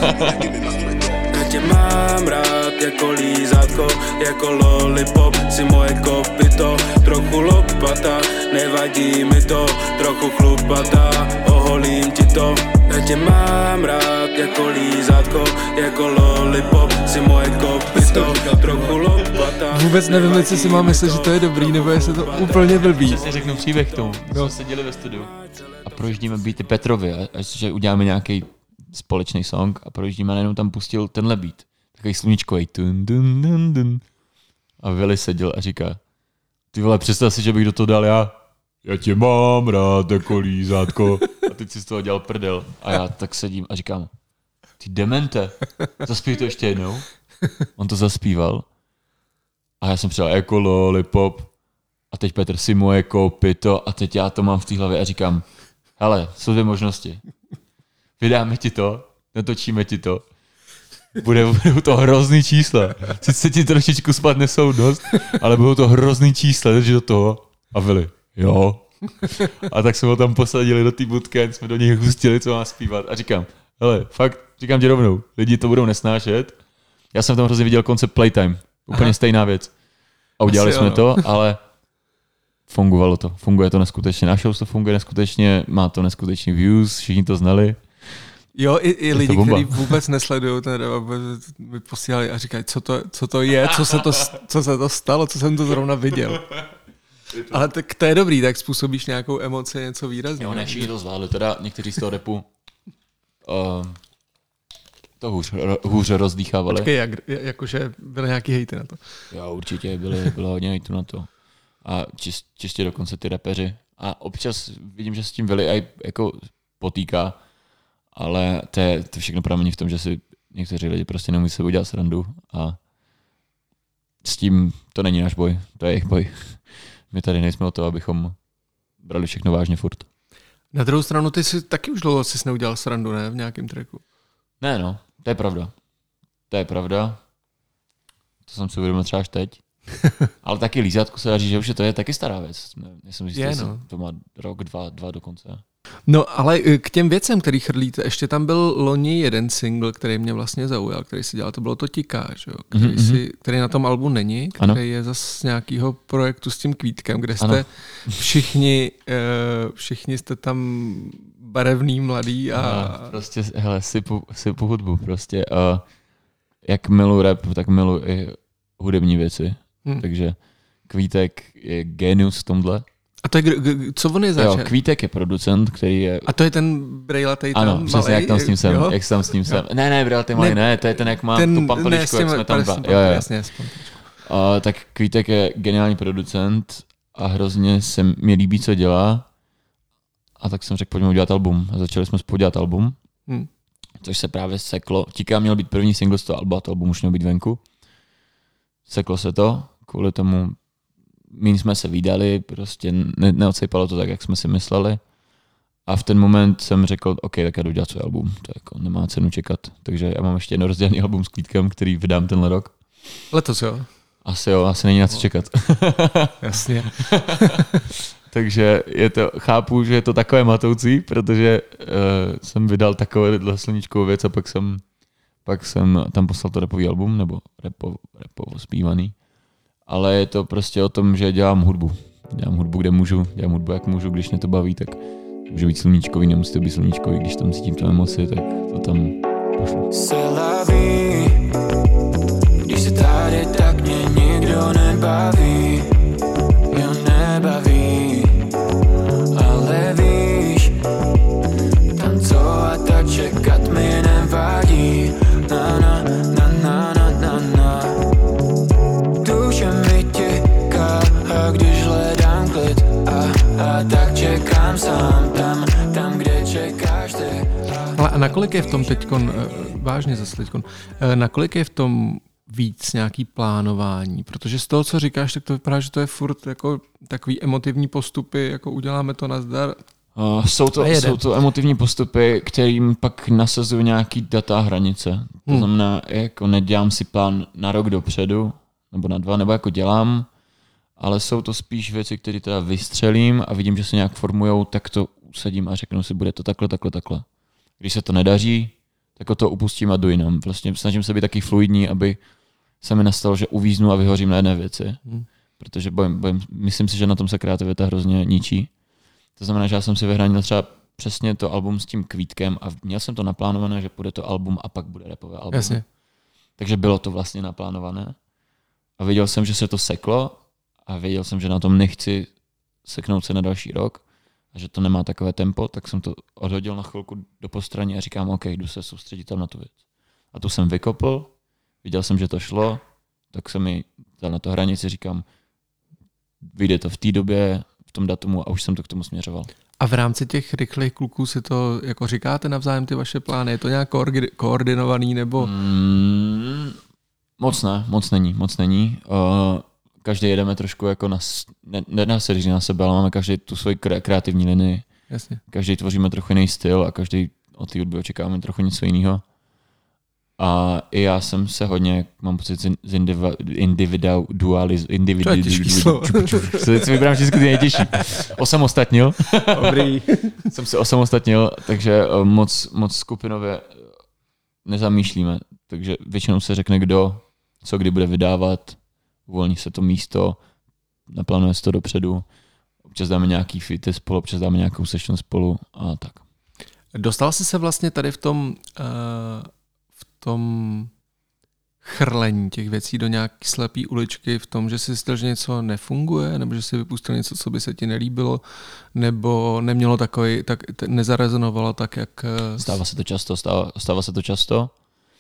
Já tě mám rád jako lízátko, jako lollipop, si moje kopyto, trochu lopata, nevadí mi to, trochu chlupata, oholím ti to. Já tě mám rád jako lízátko, jako lollipop, si moje kopyto, trochu lopata. Vůbec nevím, jestli si mám myslet, že to je dobrý, nebo jestli to úplně blbý. Přesně řeknu příběh k tomu. No. Jsme seděli ve studiu a projíždíme beaty Petrovi, až že uděláme nějaký společný song a projíždíme a najednou tam pustil tenhle beat. Takový sluníčkový. Dun, dun, dun, dun. A Vili seděl a říká, ty vole, představ si, že bych do toho dal já. Já tě mám rád jako lízátko. A teď si z toho dělal prdel. A já tak sedím a říkám, ty demente, zaspív to ještě jednou. On to zaspíval. A já jsem přidal jako lollipop. A teď Petr si moje kopyto. A teď já to mám v té hlavě a říkám, hele, jsou dvě možnosti. Vydáme ti to, natočíme ti to. Bude, budou to hrozný čísla. Sice ti trošičku spadne soudnost, ale budou to hrozný čísla, takže do toho. A Vili, jo. A tak jsme ho tam posadili do té bootcamp, jsme do nich hustili, co má zpívat. A říkám, hele, fakt, říkám ti rovnou, lidi to budou nesnášet. Já jsem tam hrozně viděl koncept Playtime. Úplně Aha. stejná věc. A udělali Asi jsme jo, to, ale fungovalo to. Funguje to neskutečně. Na show to funguje neskutečně, má to neskutečný views, všichni to znali. Jo, i, i lidi, kteří vůbec nesledují ten mi posílali a říkají, co to, co to je, co se to, co se to stalo, co jsem to zrovna viděl. Ale tak to je dobrý, tak způsobíš nějakou emoci, něco výrazného. Jo, ne, všichni to zvládli, teda někteří z toho rapu uh, to hůř, ro, hůř rozdýchávali. Počkej, jak, jakože byly nějaký hejty na to? Jo, určitě byly, bylo hodně hejtu na to. A čist, čistě dokonce ty rapeři. A občas vidím, že s tím Vili aj jako potýká, ale to, je, to všechno pramení v tom, že si někteří lidi prostě neumí se udělat srandu a s tím to není náš boj, to je jejich boj. My tady nejsme o to, abychom brali všechno vážně furt. Na druhou stranu, ty si taky už dlouho jsi neudělal srandu, ne? V nějakém tracku. Ne, no, to je pravda. To je pravda. To jsem si uvědomil třeba až teď. Ale taky lízátku se dá říct, že už je to je taky stará věc. Nejsem jistý, no. To má rok, dva, dva dokonce. No, ale k těm věcem, který chrlíte, ještě tam byl loni jeden single, který mě vlastně zaujal, který si dělal, to bylo to Tiká, že jo? Který, mm-hmm. si, který na tom albu není, který ano. je zase z nějakého projektu s tím Kvítkem, kde jste ano. všichni, uh, všichni jste tam barevný, mladý a... No, prostě, hele, sypu, sypu hudbu, prostě. Uh, jak miluji rap, tak miluji i hudební věci. Hmm. Takže Kvítek je genius v tomhle. A to je, co on je zač? Jo, Kvítek je producent, který je... A to je ten brejlatej tam ano, přesně, jak tam s ním jsem, jo? jak tam s ním jsem. Ne, ne, brejlatej malý, ne, ne, to je ten, jak má ten, tu pampeličku, jak jsme tam dva. Jo, jo. Jasně, a, tak Kvítek je geniální producent a hrozně se mi líbí, co dělá. A tak jsem řekl, pojďme udělat album. A začali jsme spolu dělat album, hmm. což se právě seklo. Tiká měl být první single z toho alba, to album už měl být venku. Seklo se to, kvůli tomu míň jsme se vydali, prostě ne, neodsejpalo to tak, jak jsme si mysleli. A v ten moment jsem řekl, OK, tak já jdu dělat svůj album, to jako nemá cenu čekat. Takže já mám ještě jedno rozdělený album s Kvítkem, který vydám tenhle rok. Letos jo? Asi jo, asi není na co čekat. Jasně. Takže je to, chápu, že je to takové matoucí, protože uh, jsem vydal takovou sluníčkovou věc a pak jsem Pak jsem tam poslal to rapový album, nebo repo, repovo zpívaný. Ale je to prostě o tom, že dělám hudbu. Dělám hudbu, kde můžu, dělám hudbu, jak můžu, když mě to baví, tak může být sluníčkový, nemusí to být sluníčkový, když tam cítím tu emoci, tak to tam pošlu. Když se tady, tak mě nikdo nebaví, jo nebaví, ale víš, tancovat a čekat mi nevadí. Na, na, na, na, na, na, na. Duše mi těká, a když hledám klid, a, a tak čekám sám tam, tam, kde čekáš ty. A... Ale a nakolik je v tom teďkon, vážně zase teďkon, nakolik je v tom víc nějaký plánování? Protože z toho, co říkáš, tak to vypadá, že to je furt jako takový emotivní postupy, jako uděláme to nazdar. Uh, jsou, to, jsou to emotivní postupy, kterým pak nasazují nějaký data hranice. To hmm. znamená, jako nedělám si plán na rok dopředu, nebo na dva, nebo jako dělám, ale jsou to spíš věci, které teda vystřelím a vidím, že se nějak formujou, tak to usadím a řeknu si, bude to takhle, takhle, takhle. Když se to nedaří, tak o to upustím a jdu jinam. Vlastně snažím se být taky fluidní, aby se mi nastalo, že uvíznu a vyhořím na jedné věci. Hmm. Protože bojím, bojím, myslím si, že na tom se kreativita hrozně ničí. To znamená, že já jsem si vyhranil třeba přesně to album s tím Kvítkem a měl jsem to naplánované, že bude to album a pak bude rapové album. Jasně. Takže bylo to vlastně naplánované. A věděl jsem, že se to seklo a věděl jsem, že na tom nechci seknout se na další rok a že to nemá takové tempo, tak jsem to odhodil na chvilku do postraní a říkám, OK, jdu se soustředit tam na tu věc. A tu jsem vykopl, viděl jsem, že to šlo, tak jsem mi dal na to hranici, říkám, vyjde to v té době, v tom datumu a už jsem to k tomu směřoval. A v rámci těch rychlých kluků si to jako říkáte navzájem ty vaše plány? Je to nějak koordinovaný nebo? Mm, moc ne, moc není, moc není. Uh, každý jedeme trošku jako na, ne, nedá se říct na sebe, ale máme každý tu svoji kreativní linii. Jasně. Každý tvoříme trochu jiný styl a každý od té hudby očekáváme trochu něco jiného. A i já jsem se hodně, mám pocit, z individualiz... Se vybrám vždycky nejtěžší. Osamostatnil. Dobrý. Jsem se osamostatnil, takže moc, moc skupinově nezamýšlíme. Takže většinou se řekne, kdo, co kdy bude vydávat, uvolní se to místo, naplánuje se to dopředu, občas dáme nějaký fity spolu, občas dáme nějakou session spolu a tak. Dostal jsi se vlastně tady v tom... Uh... tom chrlení těch věcí do nějaké slepý uličky, v tom, že si zjistil, že něco nefunguje, nebo že si vypustil něco, co by se ti nelíbilo, nebo nemělo takový, tak nezarezonovalo tak, jak... Stává se to často, stává, stává se to často.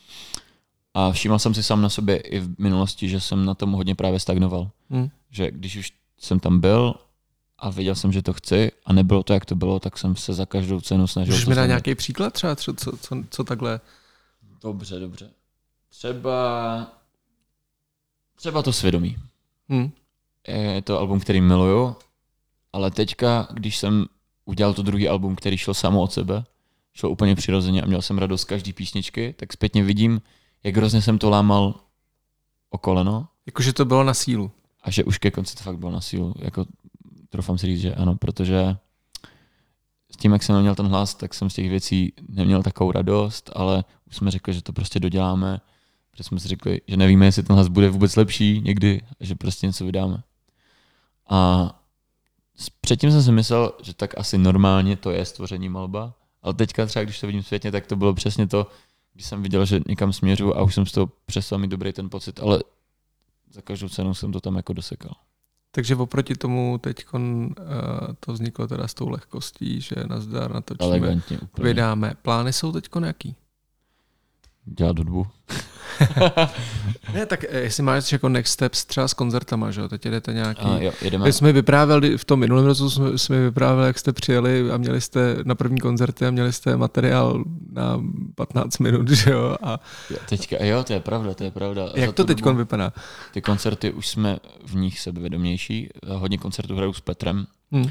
A všiml jsem si sám na sobě i v minulosti, že jsem na tom hodně právě stagnoval. Hmm. Že když už jsem tam byl a věděl jsem, že to chci a nebylo to, jak to bylo, tak jsem se za každou cenu snažil. Můžeš mi dát nějaký příklad třeba, co, co, co, co takhle? Dobře, dobře. Třeba, třeba to Svědomí. Hmm. Je to album, který miluju, ale teďka, když jsem udělal to druhý album, který šel samo od sebe, šel úplně přirozeně a měl jsem radost z každý písničky, tak zpětně vidím, jak hrozně jsem to lámal o koleno. Jakože to bylo na sílu. A že už ke konci to fakt bylo na sílu. Jako, troufám si říct, že ano, protože s tím, jak jsem neměl ten hlas, tak jsem z těch věcí neměl takovou radost, ale už jsme řekli, že to prostě doděláme, protože jsme si řekli, že nevíme, jestli ten hlas bude vůbec lepší někdy, že prostě něco vydáme. A předtím jsem si myslel, že tak asi normálně to je stvoření alba, ale teďka třeba, když to vidím zpětně, tak to bylo přesně to, když jsem viděl, že někam směřu a už jsem z toho přestal mít dobrý ten pocit, ale za každou cenu jsem to tam jako dosekal. Takže oproti tomu teď uh, to vzniklo teda s tou lehkostí, že nazdar natočíme, vydáme. Plány jsou teď jaký? Dělat hudbu. Ne, tak jestli máš jako next steps třeba s koncertama, že jo, teď jedete nějaký... A jo, jedeme. Teď jsme vyprávěli, v tom minulém roce jsme, jsme vyprávěli, jak jste přijeli a měli jste na první koncerty a měli jste materiál na patnáct minut, že jo. A... Jo, teďka, jo, to je pravda, to je pravda. Jak to teď vypadá? Ty koncerty už jsme v nich sebevědomější, hodně koncertů hraju s Petrem. Hmm.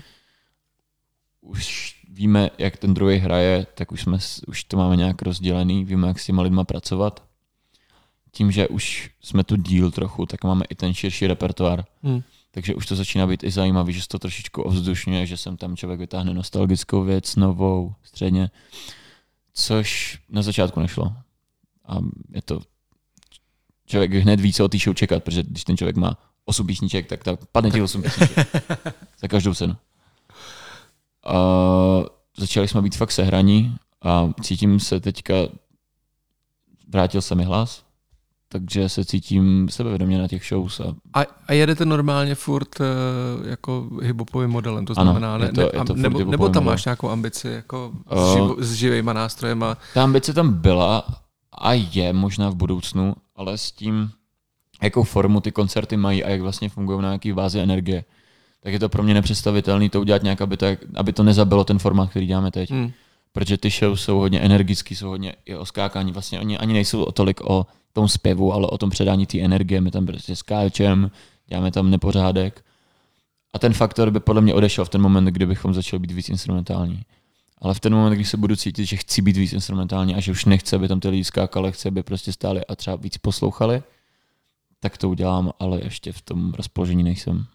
Už víme, jak ten druhý hraje, tak už, jsme, už to máme nějak rozdělený, víme, jak s těma lidma pracovat. Tím, že už jsme tu díl trochu, tak máme i ten širší repertoár. Hmm. Takže už to začíná být i zajímavý, že se to trošičku ovzdušňuje, že sem tam člověk vytáhne nostalgickou věc, novou, středně. Což na začátku nešlo. A je to... Člověk hned ví, co od té show čekat, protože když ten člověk má osm písniček, tak tam padne těch osm písniček. Za každou cenu. A začali jsme být fakt sehraní a cítím se teďka... Vrátil se mi hlas, takže se cítím sebevědomě na těch shows. A, a, a jedete normálně furt uh, jako hip-hopovým modelem, to znamená, ano, je to, ne, je to ne, nebo, nebo tam model. Máš nějakou ambici jako uh, s, živ, s živejma nástrojema? Ta ambice tam byla a je možná v budoucnu, ale s tím, jakou formu ty koncerty mají a jak vlastně fungují na nějaký bázi energie, tak je to pro mě nepředstavitelné to udělat nějak, aby to, aby to nezabilo ten formát, který děláme teď. Hmm. Protože ty show jsou hodně energický, jsou hodně i o skákání. Vlastně oni ani nejsou o tolik o tom zpěvu, ale o tom předání té energie. My tam prostě skáčem, děláme tam nepořádek. A ten faktor by podle mě odešel v ten moment, kdybychom začali být víc instrumentální. Ale v ten moment, kdy se budu cítit, že chci být víc instrumentální a že už nechci, aby tam ty lidi skákali, chci, aby prostě stáli a třeba víc poslouchali, tak to udělám, ale ještě v tom rozpoložení nejsem.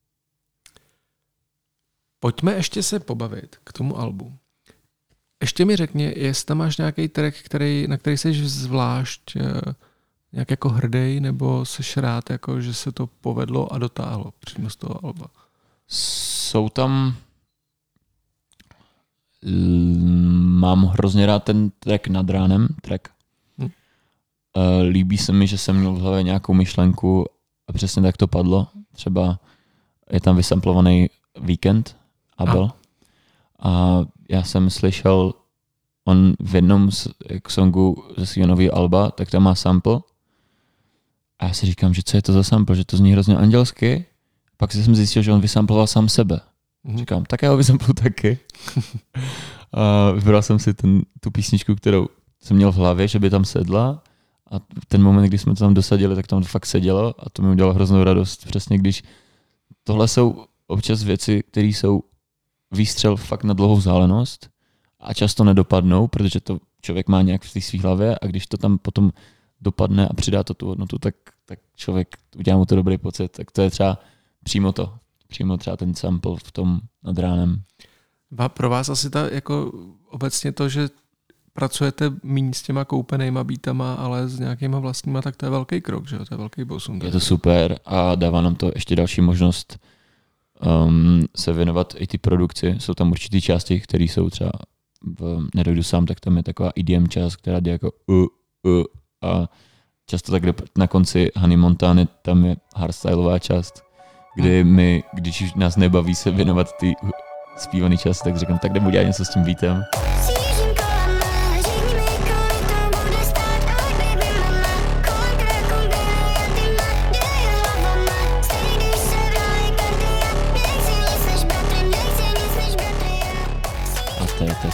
Pojďme ještě se pobavit k tomu albu. Ještě mi řekni, jestli tam máš nějaký track, který, na který jsi zvlášť eh, nějak jako hrdý, nebo seš rád, jako, že se to povedlo a dotáhlo přímo z toho alba? Jsou tam... Mám hrozně rád ten track Nad ránem. Track. Hm. Líbí se mi, že jsem měl v hlavě nějakou myšlenku a přesně tak to padlo. Třeba je tam vysamplovaný Víkend, Abel. A. A já jsem slyšel, on v jednom z, songu ze svého nového alba, tak tam má sample. A já si říkám, že co je to za sample, že to zní hrozně andělsky. Pak jsem zjistil, že on vysamploval sám sebe. Mm-hmm. Říkám, tak já ho vysamplu taky. A vybral jsem si ten, tu písničku, kterou jsem měl v hlavě, že by tam sedla. A ten moment, kdy jsme to tam dosadili, tak tam to fakt sedělo a to mi udělalo hroznou radost. Přesně když tohle jsou občas věci, které jsou výstřel fakt na dlouhou vzdálenost a často nedopadnou, protože to člověk má nějak v té svý hlavě a když to tam potom dopadne a přidá to tu hodnotu, tak, tak člověk udělá mu to dobrý pocit. Tak to je třeba přímo to. Přímo třeba ten sample v tom Nad ránem. Pro vás asi ta, jako obecně to, že pracujete méně s těma koupenýma beatama, ale s nějakýma vlastníma, tak to je velký krok, že jo? To je velký posun. Je to super a dává nám to ještě další možnost Um, se věnovat i ty produkci. Jsou tam určitý části, které jsou třeba v Nedojdu sám, tak tam je taková E D M část, která jde jako uh, uh, a často tak na konci Honey Montany tam je hardstyleová část, kdy my, když už nás nebaví se věnovat ty zpívaný části, tak říkám, tak jdeme dělat něco s tím beatem.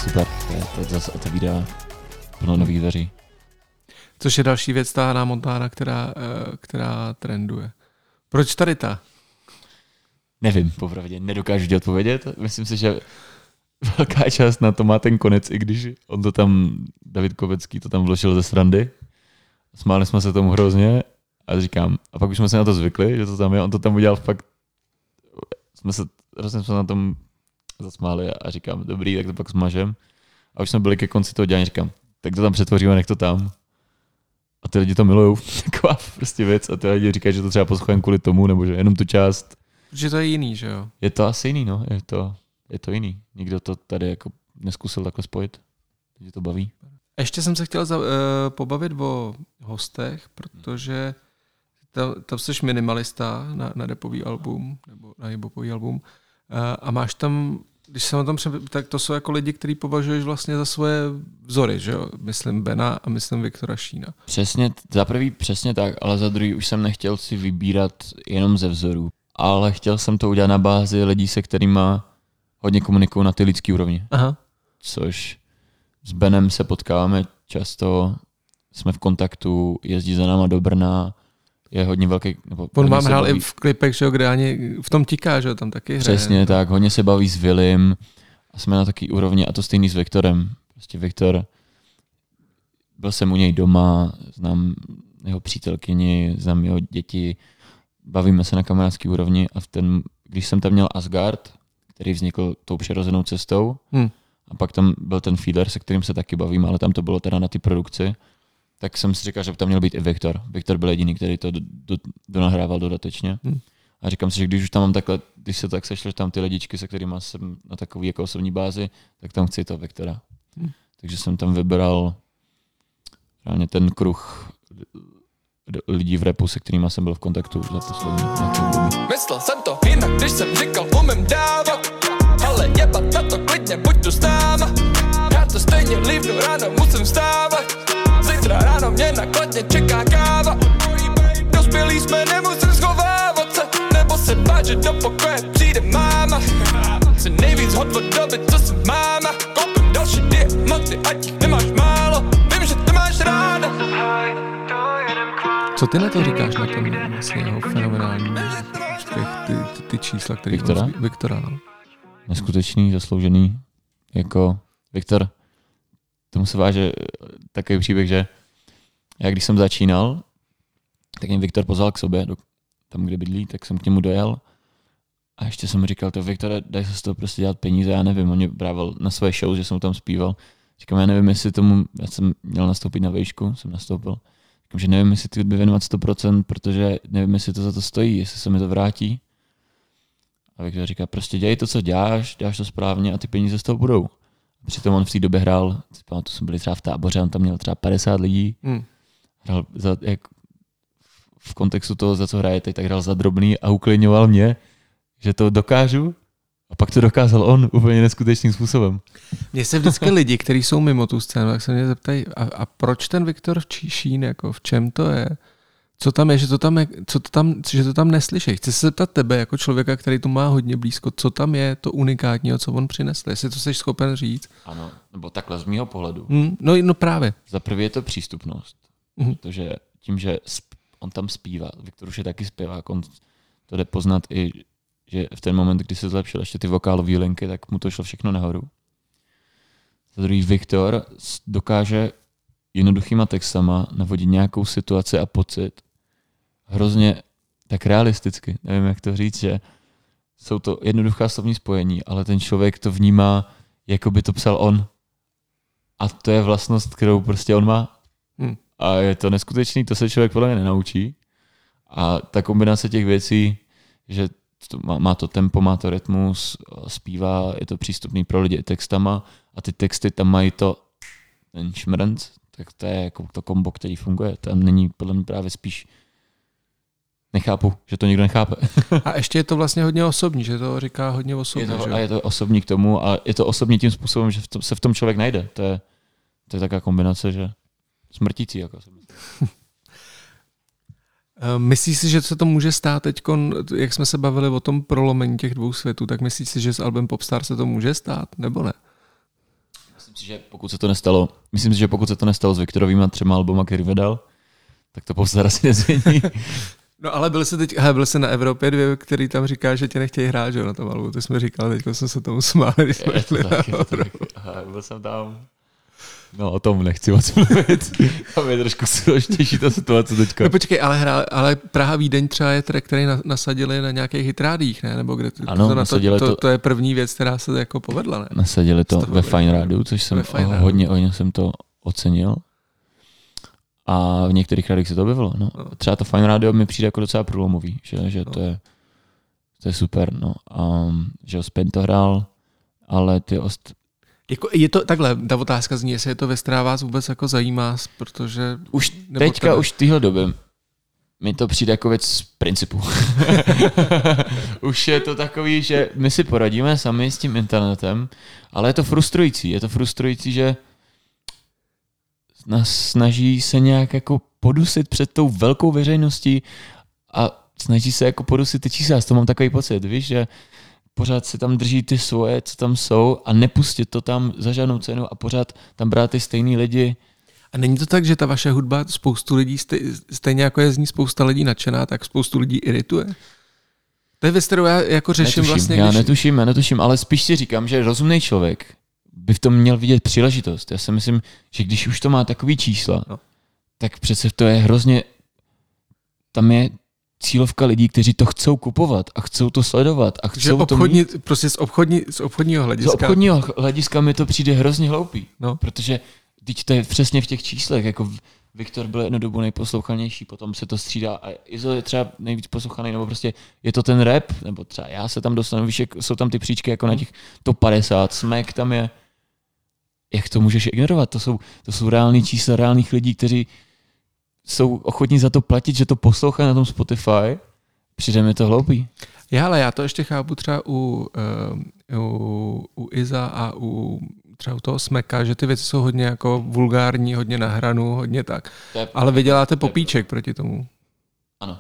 super, to, je, to zase otevírá plno nových dveří. Což je další věc, ta Hannah Montana, která, která trenduje. Proč tady ta? Nevím, popravdě, nedokážu ti odpovědět. Myslím si, že velká část na to má ten konec, i když on to tam, David Kopecký to tam vložil ze srandy. Smáli jsme se tomu hrozně a říkám, a pak už jsme se na to zvykli, že to tam je, on to tam udělal fakt, jsme se, hrozně jsme na tom zasmáli a říkám, dobrý, tak to pak smažem. A už jsme byli ke konci toho dělání, říkám, tak to tam přetvoříme, nech to tam. A ty lidi to milujou, taková prostě věc. A ty lidi říkají, že to třeba poslouchají kvůli tomu, nebo že jenom tu část. Protože to je jiný, že jo? Je to asi jiný, no. Je to, je to jiný. Nikdo to tady jako neskusil takhle spojit. Teď to baví. Ještě jsem se chtěl za, uh, pobavit o hostech, protože tam, tam jsi minimalista na, na rapový album, nebo na hiphopový album. Uh, a máš tam, když jsem o tom přemýšlel, tak to jsou jako lidi, který považuješ vlastně za svoje vzory, že jo? Myslím Bena a myslím Viktora Šína. Přesně, za prvý přesně tak, ale za druhý už jsem nechtěl si vybírat jenom ze vzorů. Ale chtěl jsem to udělat na bázi lidí, se kterými hodně komunikují na ty lidský úrovni. Aha. Což s Benem se potkáváme často, jsme v kontaktu, jezdí za náma do Brna, je hodně velký... Nebo on vám hrál baví. I v klipech, že jo, kde ani v tom Tiká, že jo, tam taky hraje. Přesně tak, hodně se baví s Willym a jsme na takové úrovni a to stejný s Viktorem. Prostě Viktor, byl jsem u něj doma, znám jeho přítelkyni, znám jeho děti, bavíme se na kamarádské úrovni a v ten, když jsem tam měl Asgard, který vznikl tou přirozenou cestou, hmm. a pak tam byl ten feeder, se kterým se taky bavím, ale tam to bylo teda na ty produkci, tak jsem si říkal, že by tam měl být i Viktor. Viktor byl jediný, který to do, do, donahrával dodatečně. Hmm. A říkám si, že když už tam mám takhle, když se tak sešlo, že tam ty lidičky, se kterými jsem na takový jako osobní bázi, tak tam chci to Viktora. Hmm. Takže jsem tam vybral reálně ten kruh lidí v rapu, se kterými jsem byl v kontaktu za poslední nějaký období. Myslel jsem to jinak, když jsem říkal, umím dávat, ale jebat na to klidně, buď tu s náma. Já to stejně líbnu, ráno musím vstávat, zítra ráno mě nakladně čeká káva. Dospělí jsme, nemusím schovávat se, nebo se bát, že do pokoje přijde máma. Jsi nejvíc hot od doby, co jsem máma. Koupím další diamanty, ať jich nemáš málo, vím, že ty máš ráda. Co ty na to říkáš, na ten vlastně jeho fenomenální úspěch, ty, ty, ty čísla, který Viktora? On, Viktora, no. Neskutečný, zasloužený, jako Viktor, tomu se váže takový příběh, že já když jsem začínal, tak mě Viktor pozval k sobě, do, tam, kde bydlí, tak jsem k němu dojel a ještě jsem mu říkal, to Viktore, daj se z toho prostě dělat peníze, já nevím, on mě brával na své show, že jsem mu tam zpíval. Říkám, já nevím, jestli tomu, já jsem měl nastoupit na vejšku, jsem nastoupil, říkám, že nevím, jestli ty hudbě věnovat sto procent, protože nevím, jestli to za to stojí, jestli se mi to vrátí. A Viktor říká, prostě dělej to, co děláš, děláš to správně a ty peníze z toho budou. Přitom on v té době hrál, tu jsme byli třeba v Táboře, on tam měl třeba padesát lidí, hmm. hrál za, jak v kontextu toho, za co hraje teď, tak hrál za drobný a uklidňoval mě, že to dokážu. A pak to dokázal on úplně neskutečným způsobem. Mně se vždycky lidi, kteří jsou mimo tu scénu, tak se mě zeptají, a, a proč ten Viktor Šín, jako v čem to je? Co tam je, že to tam, je, co to tam, že to tam neslyší? Chci se zeptat tebe, jako člověka, který to má hodně blízko, co tam je to unikátního, co on přinesl, jestli to jsi schopen říct? Ano, nebo takhle z mýho pohledu. Hmm, no, no právě. Za prvé je to přístupnost, hmm. protože tím, že on tam zpívá, Viktor už je taky zpěvák, on to jde poznat i, že v ten moment, kdy se zlepšil ještě ty vokálové linky, tak mu to šlo všechno nahoru. Za druhý Viktor dokáže jednoduchýma textama navodit nějakou situaci a pocit hrozně tak realisticky. Nevím, jak to říct, že jsou to jednoduchá slovní spojení, ale ten člověk to vnímá, jako by to psal on. A to je vlastnost, kterou prostě on má. Hmm. A je to neskutečný, to se člověk podle mě nenaučí. A ta kombinace těch věcí, že to má, má to tempo, má to rytmus, zpívá, je to přístupný pro lidi textama a ty texty tam mají to ten šmrnc, tak to je jako to kombo, který funguje. Tam není podle mě právě spíš nechápu, že to nikdo nechápe. A ještě je to vlastně hodně osobní, že to říká hodně osobní. Je to, a je to osobní k tomu a je to osobní tím způsobem, že v tom, se v tom člověk najde. To je, to je taková kombinace, že smrtící. Jako Myslíš si, že se to může stát teď, jak jsme se bavili o tom prolomení těch dvou světů, tak myslíš si, že s albem Popstar se to může stát, nebo ne? si, že pokud se to nestalo, myslím si, že pokud se to nestalo s Viktorovýma třema albuma, který vydal, tak to Popstar asi nezmění. No ale byl jsi teď, aha, byl jsi na Evropě dvě, který tam říká, že tě nechtějí hrát, že jo, na tom albu. To jsme říkali, teď jsme se tomu smáli, když jsme šli na Evropu. Aha, byl jsem tam. No o tom nechci moc mluvit. Tam je trošku složitější ta situace teďka. No počkej, ale, hra, ale Praha Vídeň třeba je track, který na, nasadili na nějakých hitrádích, ne? Nebo kde to, ano, to, nasadili to, to, to, to je první věc, která se jako povedla, ne? Nasadili to ve Fine Rádiu, což jsem oh, hodně, hodně jsem to ocenil. A v některých rádích se to objevilo. No. No. Třeba to Fine Radio mi přijde jako docela průlomový, že, že no. to, je, to je super. No. A, že Spain to hrál, ale ty ost... Jako je to takhle, ta otázka zní, jestli je to ve která vás vůbec jako zajímá, protože... Už teďka, tebe. už v téhle době mi to přijde jako věc z principu. Už je to takový, že my si poradíme sami s tím internetem, ale je to frustrující. Je to frustrující, že snaží se nějak jako podusit před tou velkou veřejností a snaží se jako podusit ty čísla. Z toho mám takový pocit, víš, že pořád si tam drží ty svoje, co tam jsou a nepustit to tam za žádnou cenu a pořád tam brát ty stejný lidi. A není to tak, že ta vaše hudba spoustu lidí, stejně jako je z ní spousta lidí nadšená, tak spoustu lidí irituje? To je věc, kterou já jako řeším netuším, vlastně. Já když... netuším, já netuším, ale spíš si říkám, že rozumný člověk by v tom měl vidět příležitost. Já si myslím, že když už to má takový čísla, no. tak přece to je hrozně, tam je cílovka lidí, kteří to chcou kupovat a chcou to sledovat a chcou obchodní, to mít. Prostě z, obchodní, z obchodního hlediska. Z obchodního hlediska mi to přijde hrozně hloupý, no. protože teď to je přesně v těch číslech, jako Viktor byl jednu dobu nejposlouchanější, potom se to střídá a Izo je třeba nejvíc poslouchaný, nebo prostě je to ten rap, nebo třeba já se tam dostanu, víš, jsou tam ty příčky jako na těch top padesát, Smek tam je. Jak to můžeš ignorovat? To jsou, to jsou reální čísla reálných lidí, kteří jsou ochotní za to platit, že to poslouchají na tom Spotify. Přijde mi to hloupý. Já, ale já to ještě chápu třeba u, uh, u, u Iza a u třeba u toho Smeka, že ty věci jsou hodně jako vulgární, hodně na hranu, hodně tak. Je, ale vy děláte popíček proti tomu. Ano.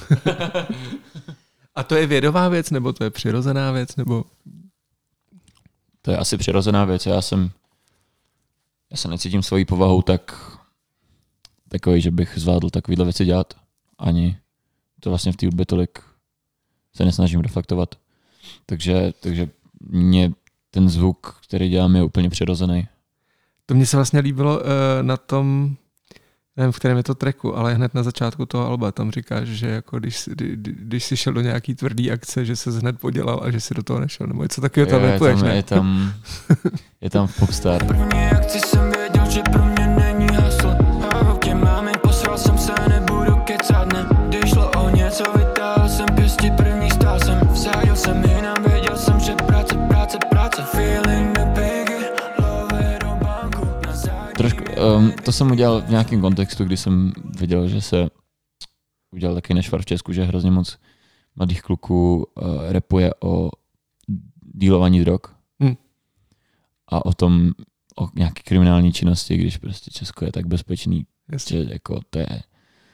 A to je vědová věc, nebo to je přirozená věc, nebo... To je asi přirozená věc. Já jsem Já se necítím svojí povahou tak takový, že bych zvládl takovýhle věci dělat. Ani to vlastně v té hudbě tolik se nesnažím reflektovat. Takže, takže mě ten zvuk, který dělám, je úplně přirozený. To mně se vlastně líbilo uh, na tom, nevím, v kterém je to tracku, ale hned na začátku toho alba tam říkáš, že jako když, kdy, když jsi šel do nějaký tvrdý akce, že se hned podělal a že si do toho nešel. Nebo něco takového tam nepuješ, ne? Je tam, je tam v Popstar. První akci jsem věděl, že pro mě není haslo. A v autě mámy posral jsem se, nebudu kecat, ne. Když šlo o něco, vytáhl jsem pěstí, první stál jsem. Vsadil jsem jinam, věděl jsem, že práce, práce, práce. Feeling the biggie, love do banku. Trošku, um, to jsem udělal v nějakém kontextu, kdy jsem viděl, že se udělal taky nešvar v Česku, že hrozně moc mladých kluků uh, rapuje o dílování drog. Hmm. A o tom, o nějaké kriminální činnosti, když prostě Česko je tak bezpečný, že jako to je.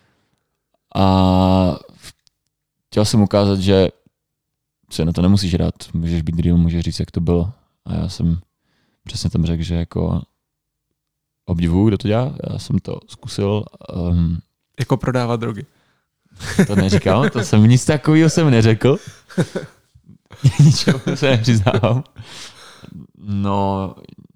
A chtěl jsem ukázat, že se na to nemusíš hrát, můžeš být real, můžeš říct, jak to bylo. A já jsem přesně tam řekl, že jako obdivuju, kdo to dělá, já jsem to zkusil. Um, jako prodávat drogy. To neříkám, to jsem nic takového jsem neřekl. Ničeho se nepřiznávám. No,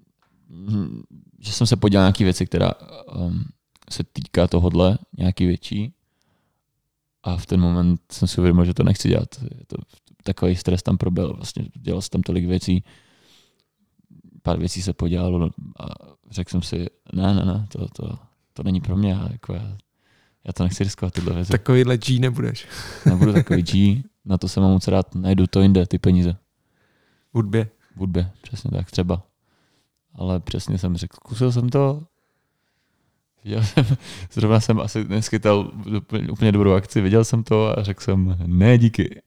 že jsem se podělal nějaký věci, která um, se týká tohodle, nějaký větší. A v ten moment jsem si uvědomil, že to nechci dělat. Je to, takový stres tam proběhl. Vlastně dělal jsem tam tolik věcí. Pár věcí se podělalo a řekl jsem si, ne, ne, ne, to, to, to není pro mě. Jako já, já to nechci riskovat, tyhle věci. Takovýhle G nebudeš. Nebudu takový G, na to se mám moc rád. Najdu to jinde, ty peníze. V hudbě. V hudbě, přesně tak, třeba. Ale přesně jsem řekl, zkusil jsem to. Viděl jsem, zrovna jsem asi neskytal úplně, úplně dobrou akci, viděl jsem to a řekl jsem, ne, díky.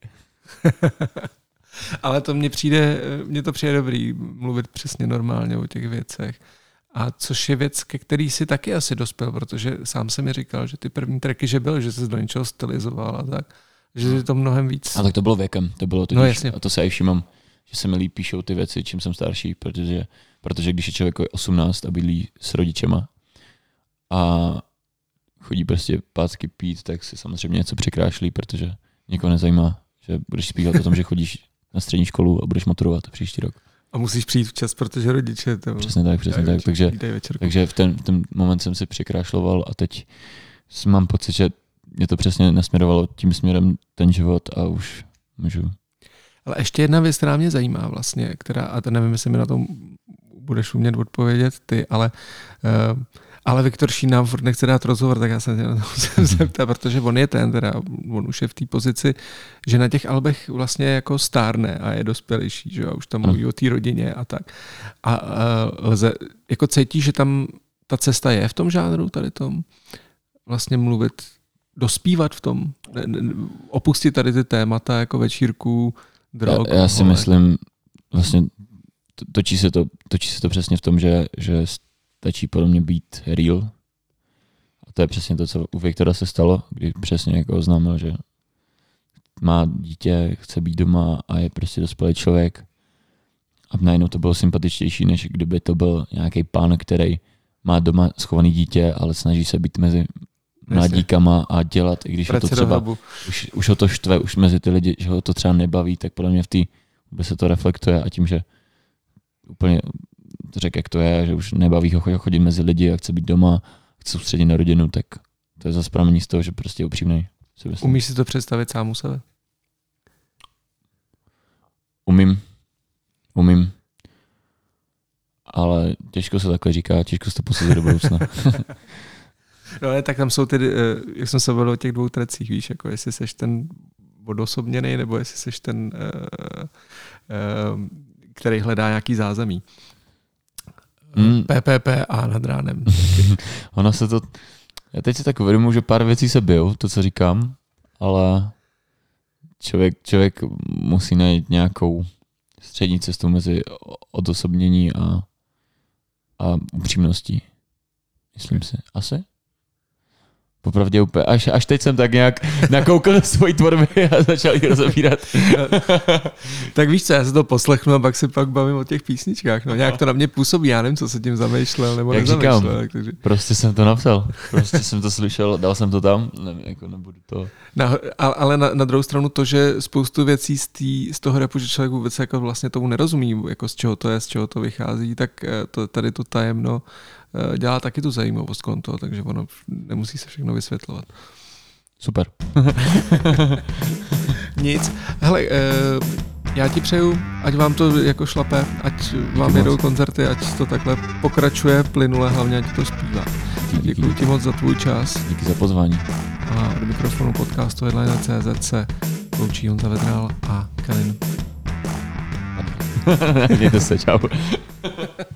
Ale to mně přijde, mně to přijde dobrý, mluvit přesně normálně o těch věcech. A což je věc, ke který si taky asi dospěl, protože sám jsem mi říkal, že ty první tracky, že byl, že se do něčeho stylizoval a tak, že je to mnohem víc. A tak to bylo věkem, to bylo totiž, no, jasně. A to se i všimám, že se mi líp píšou ty věci, čím jsem starší, protože, protože když je člověk osmnáct a bydlí s rodičema a chodí prostě pácky pít, tak si samozřejmě něco překrášlí, protože někoho nezajímá, že budeš zpívat o tom, že chodíš na střední školu a budeš maturovat příští rok. A musíš přijít včas, protože rodiče to... Přesně tak, přesně tak. Večer, takže takže v, ten, v ten moment jsem si překrášloval a teď mám pocit, že mě to přesně nasměrovalo tím směrem ten život a už můžu. Ale ještě jedna věc, která mě zajímá vlastně, která, a to nevím, jestli mi na tom budeš umět odpovědět ty, ale uh, ale Viktor Šín nám furt nechce dát rozhovor, tak já se na to musím zeptat, protože on je ten, teda on už je v té pozici, že na těch albech vlastně jako stárne a je dospělejší, že jo, už tam mluví o té rodině a tak. A uh, lze, jako cítí, že tam ta cesta je v tom žánru tady tom, vlastně mluvit, dospívat v tom, ne, ne, opustit tady ty témata jako večírků, drog. Já, já si myslím, vlastně točí se to, točí se to přesně v tom, že, že stačí podle mě být real. A to je přesně to, co u Viktora se stalo, kdy přesně jako oznámil, že má dítě, chce být doma a je prostě dospělý člověk. A najednou to bylo sympatičtější, než kdyby to byl nějaký pán, který má doma schovaný dítě, ale snaží se být mezi mladíkama a dělat, i když ho to třeba už, už ho to štve, už mezi ty lidi, že ho to třeba nebaví, tak podle mě v té vůbec se to reflektuje a tím, že úplně řekl, jak to je, že už nebaví ho chodit mezi lidi a chce být doma, chce soustředit na rodinu, tak to je zase pramení z toho, že prostě je upřímnej. Umíš si to představit sám u sebe? Umím. Umím. Ale těžko se takhle říká, těžko se to posuzuje do budoucna. No ale tak tam jsou ty, jak jsem se bavil o těch dvou trecích, víš, jako jestli seš ten odosobněnej, nebo jestli seš ten, který hledá nějaký zázemí. Hmm. P P P A nad ránem. Ono se to, já teď si tak uvědomuji, že pár věcí se bijou, to, co říkám, ale člověk, člověk musí najít nějakou střední cestu mezi odosobnění a, a upřímností. Myslím si. Asi? Popravdě úplně. Až, až teď jsem tak nějak nakoukl do svojí tvorby a začal ji rozebírat. Tak víš co, já se to poslechnu a pak se pak bavím o těch písničkách. No, nějak to na mě působí, já nevím, co se tím zamýšlel nebo jak nezamýšlel. Říkám, takže... prostě jsem to napsal. Prostě jsem to slyšel, dal jsem to tam, ne, jako nebudu to... Na, ale na, na druhou stranu to, že spoustu věcí z, tý, z toho rapu, že člověk vůbec jako vlastně tomu nerozumí, jako z čeho to je, z čeho to vychází, tak to, tady to tajemno dělá taky tu zajímavost kolem toho, takže ono nemusí se všechno vysvětlovat. Super. Nic. Hele, já ti přeju, ať vám to jako šlape, ať vám díky jedou moc. Koncerty, ať to takhle pokračuje plynule, hlavně ať to zpívá. Děkuji ti moc za tvůj čas. Díky za pozvání. A do mikrofonu podcastu Headliner tečka cé zet se loučí Honza Vedral a Kalin. Mějte se, čau.